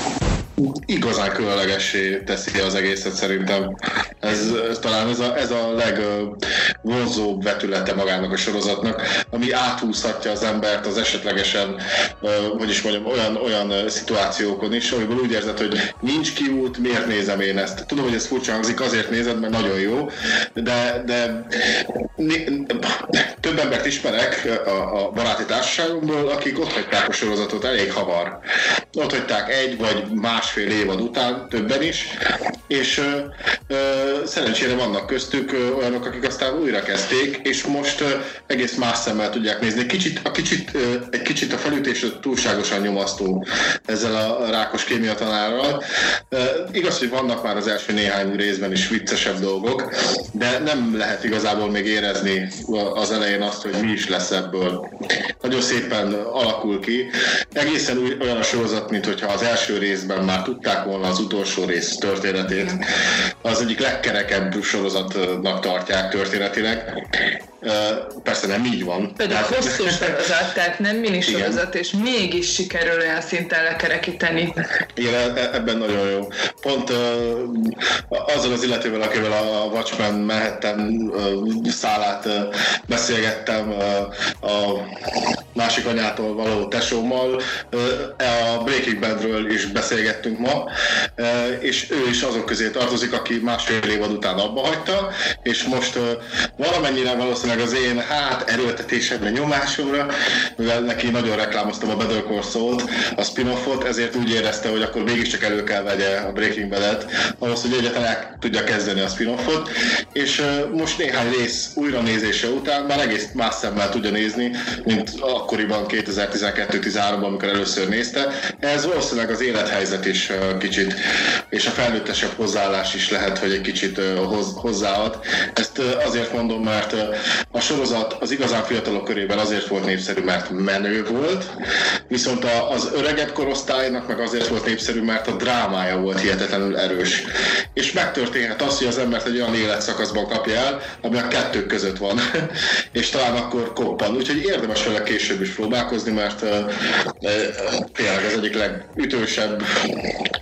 Speaker 4: igazán különlegessé teszi az egészet szerintem. Ez, ez talán ez a, ez a legvonzóbb vetülete magának a sorozatnak, ami áthúzhatja az embert az esetlegesen, hogy is mondjam, olyan, olyan szituációkon is, amiből úgy érzed, hogy nincs kiút, miért nézem én ezt. Tudom, hogy ez furcsa hangzik, azért nézed, mert nagyon jó, de, de több embert ismerek a, a baráti társaságomból, akik ott hagyták a sorozatot elég hamar. Ott hagyták egy vagy másfél évad után, többen is, és ö, ö, szerencsére vannak köztük ö, olyanok, akik aztán újra kezdték, és most ö, egész más szemmel tudják nézni. Kicsit, a kicsit, ö, egy kicsit a felütés túlságosan nyomasztó ezzel a rákos kémia tanárral. Ö, igaz, hogy vannak már az első néhány részben is viccesebb dolgok, de nem lehet igazából még érezni az elején azt, hogy mi is lesz ebből. Nagyon szépen alakul ki. Egészen új, olyan a sorozat, mint hogyha az első részben már tudták volna az utolsó rész történetét. Az egyik legkerekebb sorozatnak tartják történetileg. Persze nem így van.
Speaker 3: Pedig
Speaker 4: tehát...
Speaker 3: hosszú sorozat, tehát nem minisorozat, és mégis sikerül olyan szinten lekerekíteni.
Speaker 4: Igen, ebben nagyon jó. Pont uh, azzal az illetővel, akivel a Watchmen Manhattan uh, szálát uh, beszélgettem, uh, a másik anyától való tesómmal, uh, a Breaking Badről is beszélgettünk ma, uh, és ő is azok közé tartozik, aki másfél évad után abba hagyta, és most uh, valamennyire valószínűleg az én hát erőltetésemre, nyomásomra, mivel neki nagyon reklámoztam a Better Call Saul-t, a spin-offot, ezért úgy érezte, hogy akkor mégiscsak elő kell vegye a Breaking Bad-et, ahhoz, hogy egyáltalán el tudja kezdeni a spin-offot, és uh, most néhány rész újranézése után már egész más szemmel tudja nézni, mint akkoriban kétezer-tizenkettő tizenháromban, amikor először nézte. Ez valószínűleg az élethelyzet is uh, kicsit, és a felnőttesebb hozzáállás is lehet, hogy egy kicsit uh, hoz, hozzáad. Ezt uh, azért mondom, mert uh, a sorozat az igazán fiatalok körében azért volt népszerű, mert menő volt, viszont az öregebb korosztálynak meg azért volt népszerű, mert a drámája volt hihetetlenül erős. És megtörténhet az, hogy az embert egy olyan életszakaszban kapja el, ami a kettő között van, és talán akkor koppan. Úgyhogy érdemes vele később is próbálkozni, mert uh, uh, tényleg az egyik legütősebb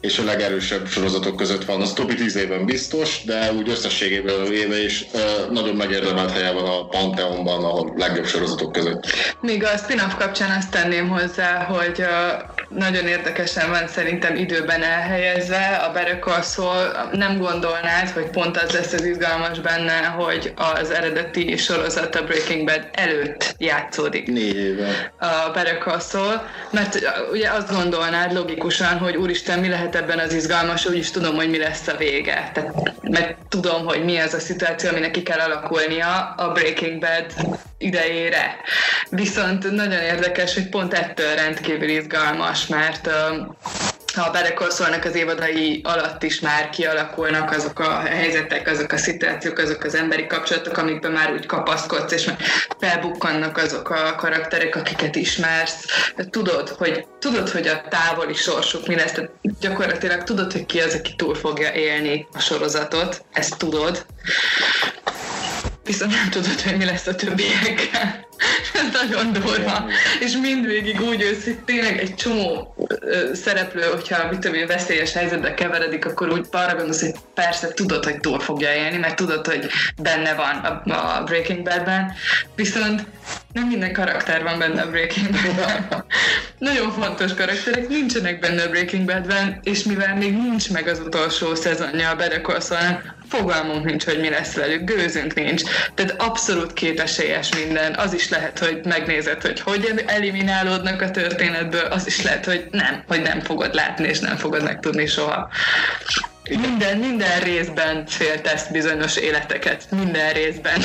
Speaker 4: és a legerősebb sorozatok között van. Az topi tíz évben biztos, de úgy összességében éve is nagyon megérdemelt helye van a Pantheonban, a legjobb sorozatok között.
Speaker 3: Még a spin-off kapcsán azt tenném hozzá, hogy nagyon érdekesen van szerintem időben elhelyezve. A Better Call Saul, nem gondolnád, hogy pont az lesz az izgalmas benne, hogy az eredeti sorozat a Breaking Bad előtt játszódik.
Speaker 4: Négy éve.
Speaker 3: A Better Call Saul, mert ugye azt gondolnád logikusan, hogy úristen, mi lehet ebben az izgalmas, úgyis tudom, hogy mi lesz a vége. Tehát, mert tudom, hogy mi az a szituáció, aminek ki kell alakulnia a Breaking Bad idejére. Viszont nagyon érdekes, hogy pont ettől rendkívül izgalmas, mert a Better Call Saulnak az évadai alatt is már kialakulnak azok a helyzetek, azok a szituációk, azok az emberi kapcsolatok, amikben már úgy kapaszkodsz, és már felbukkannak azok a karakterek, akiket ismersz. Tudod, hogy, tudod, hogy a távoli sorsuk mi lesz, tehát gyakorlatilag tudod, hogy ki az, aki túl fogja élni a sorozatot, ezt tudod. Viszont nem tudod, hogy mi lesz a többiekkel. Ez nagyon durva. És mindvégig úgy ősz, hogy tényleg egy csomó ö, szereplő, hogyha mit tudom, veszélyes helyzetbe keveredik, akkor úgy arra gondolsz, hogy persze tudod, hogy túl fogja élni, mert tudod, hogy benne van a, a Breaking Badben. Viszont nem minden karakter van benne a Breaking Badben. Nagyon fontos karakterek nincsenek benne a Breaking Badben, és mivel még nincs meg az utolsó szezonja a Better Call Saulnak, fogalmunk nincs, hogy mi lesz velük, gőzünk nincs. Tehát abszolút kétesélyes minden. Az is lehet, hogy megnézed, hogy hogy eliminálódnak a történetből, az is lehet, hogy nem, hogy nem fogod látni, és nem fogod megtudni soha. Minden, minden részben féltesz bizonyos életeket. Minden részben.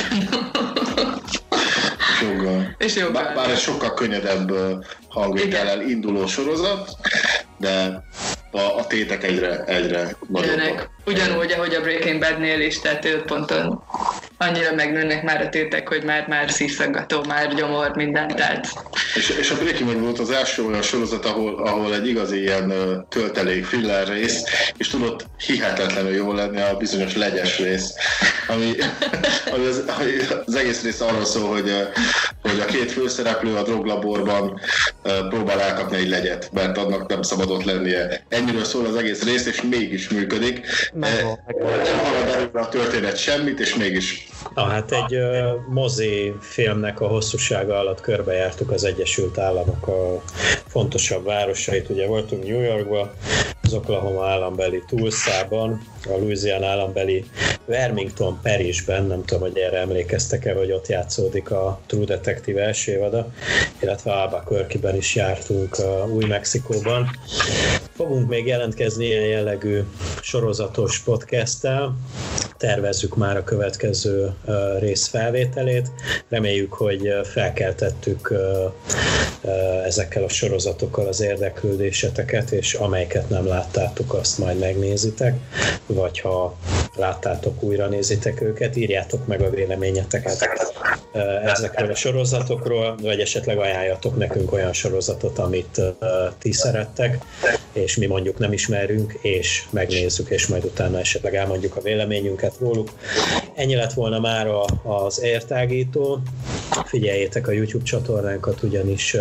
Speaker 4: Joggal.
Speaker 3: És joggal.
Speaker 4: Bár, bár ez sokkal könnyedebb hangvétellel induló sorozat, de a, a tétek egyre, egyre nagyobbak.
Speaker 3: Ugyanúgy, ahogy a Breaking Badnél is, tehát öt ponton annyira megnőnek már a tétek, hogy már, már szívszaggató, már gyomor, minden, tehát...
Speaker 4: És, és a Breaking Bad volt az első olyan sorozat, ahol, ahol egy igazi ilyen töltelék filler rész, és tudott hihetetlenül jól lenni a bizonyos legyes rész, ami, ami az, az egész rész arról szól, hogy, hogy a két főszereplő a droglaborban próbál elkapni egy legyet, mert annak nem szabadott lennie. Ennyiről szól az egész rész, és mégis működik. Nem halad előre a történet semmit, és mégis...
Speaker 2: Na hát egy uh, mozi filmnek a hosszúsága alatt körbejártuk az Egyesült Államok a fontosabb városait. Ugye voltunk New Yorkban, az Oklahoma állambeli Tulsában, a Louisiana állambeli Wilmington Parisben, nem tudom, hogy erre emlékeztek-e, hogy ott játszódik a True Detective első évada, illetve Albuquerque-ben is jártunk uh, Új-Mexikóban. Fogunk még jelentkezni ilyen jellegű sorozatos podcasttel, tervezzük már a következő uh, rész felvételét. Reméljük, hogy felkeltettük uh, uh, ezekkel a sorozatokkal az érdeklődéseteket, és amelyeket nem láttátok, azt majd megnézitek, vagy ha láttátok, újra nézitek őket, írjátok meg a véleményeteket uh, ezekről a sorozatokról, vagy esetleg ajánljatok nekünk olyan sorozatot, amit uh, ti szerettek, és mi mondjuk nem ismerünk, és megnézzük, és majd utána esetleg elmondjuk a véleményünket róluk. Ennyi lett volna már az értágító. Figyeljétek a YouTube csatornánkat, ugyanis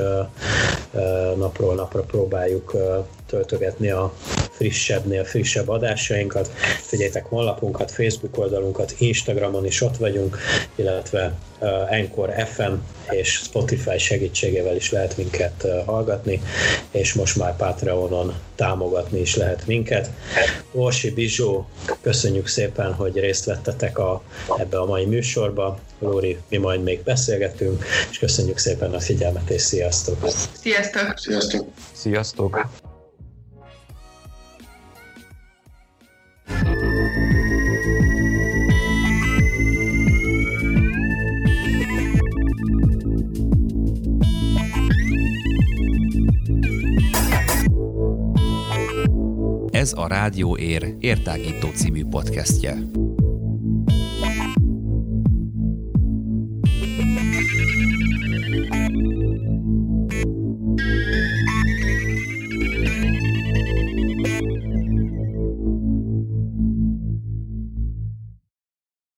Speaker 2: napról napra próbáljuk töltögetni a frissebbnél frissebb adásainkat. Figyeljétek honlapunkat, Facebook oldalunkat, Instagramon is ott vagyunk, illetve Anchor ef em és Spotify segítségével is lehet minket hallgatni, és most már Patreonon támogatni is lehet minket. Orsi, Bizsó, köszönjük szépen, hogy részt vettetek a, ebbe a mai műsorba. Lóri, mi majd még beszélgetünk, és köszönjük szépen a figyelmet, és sziasztok!
Speaker 3: Sziasztok!
Speaker 4: Sziasztok!
Speaker 5: Sziasztok!
Speaker 1: Ez a Rádió Ér értágító című podcastje.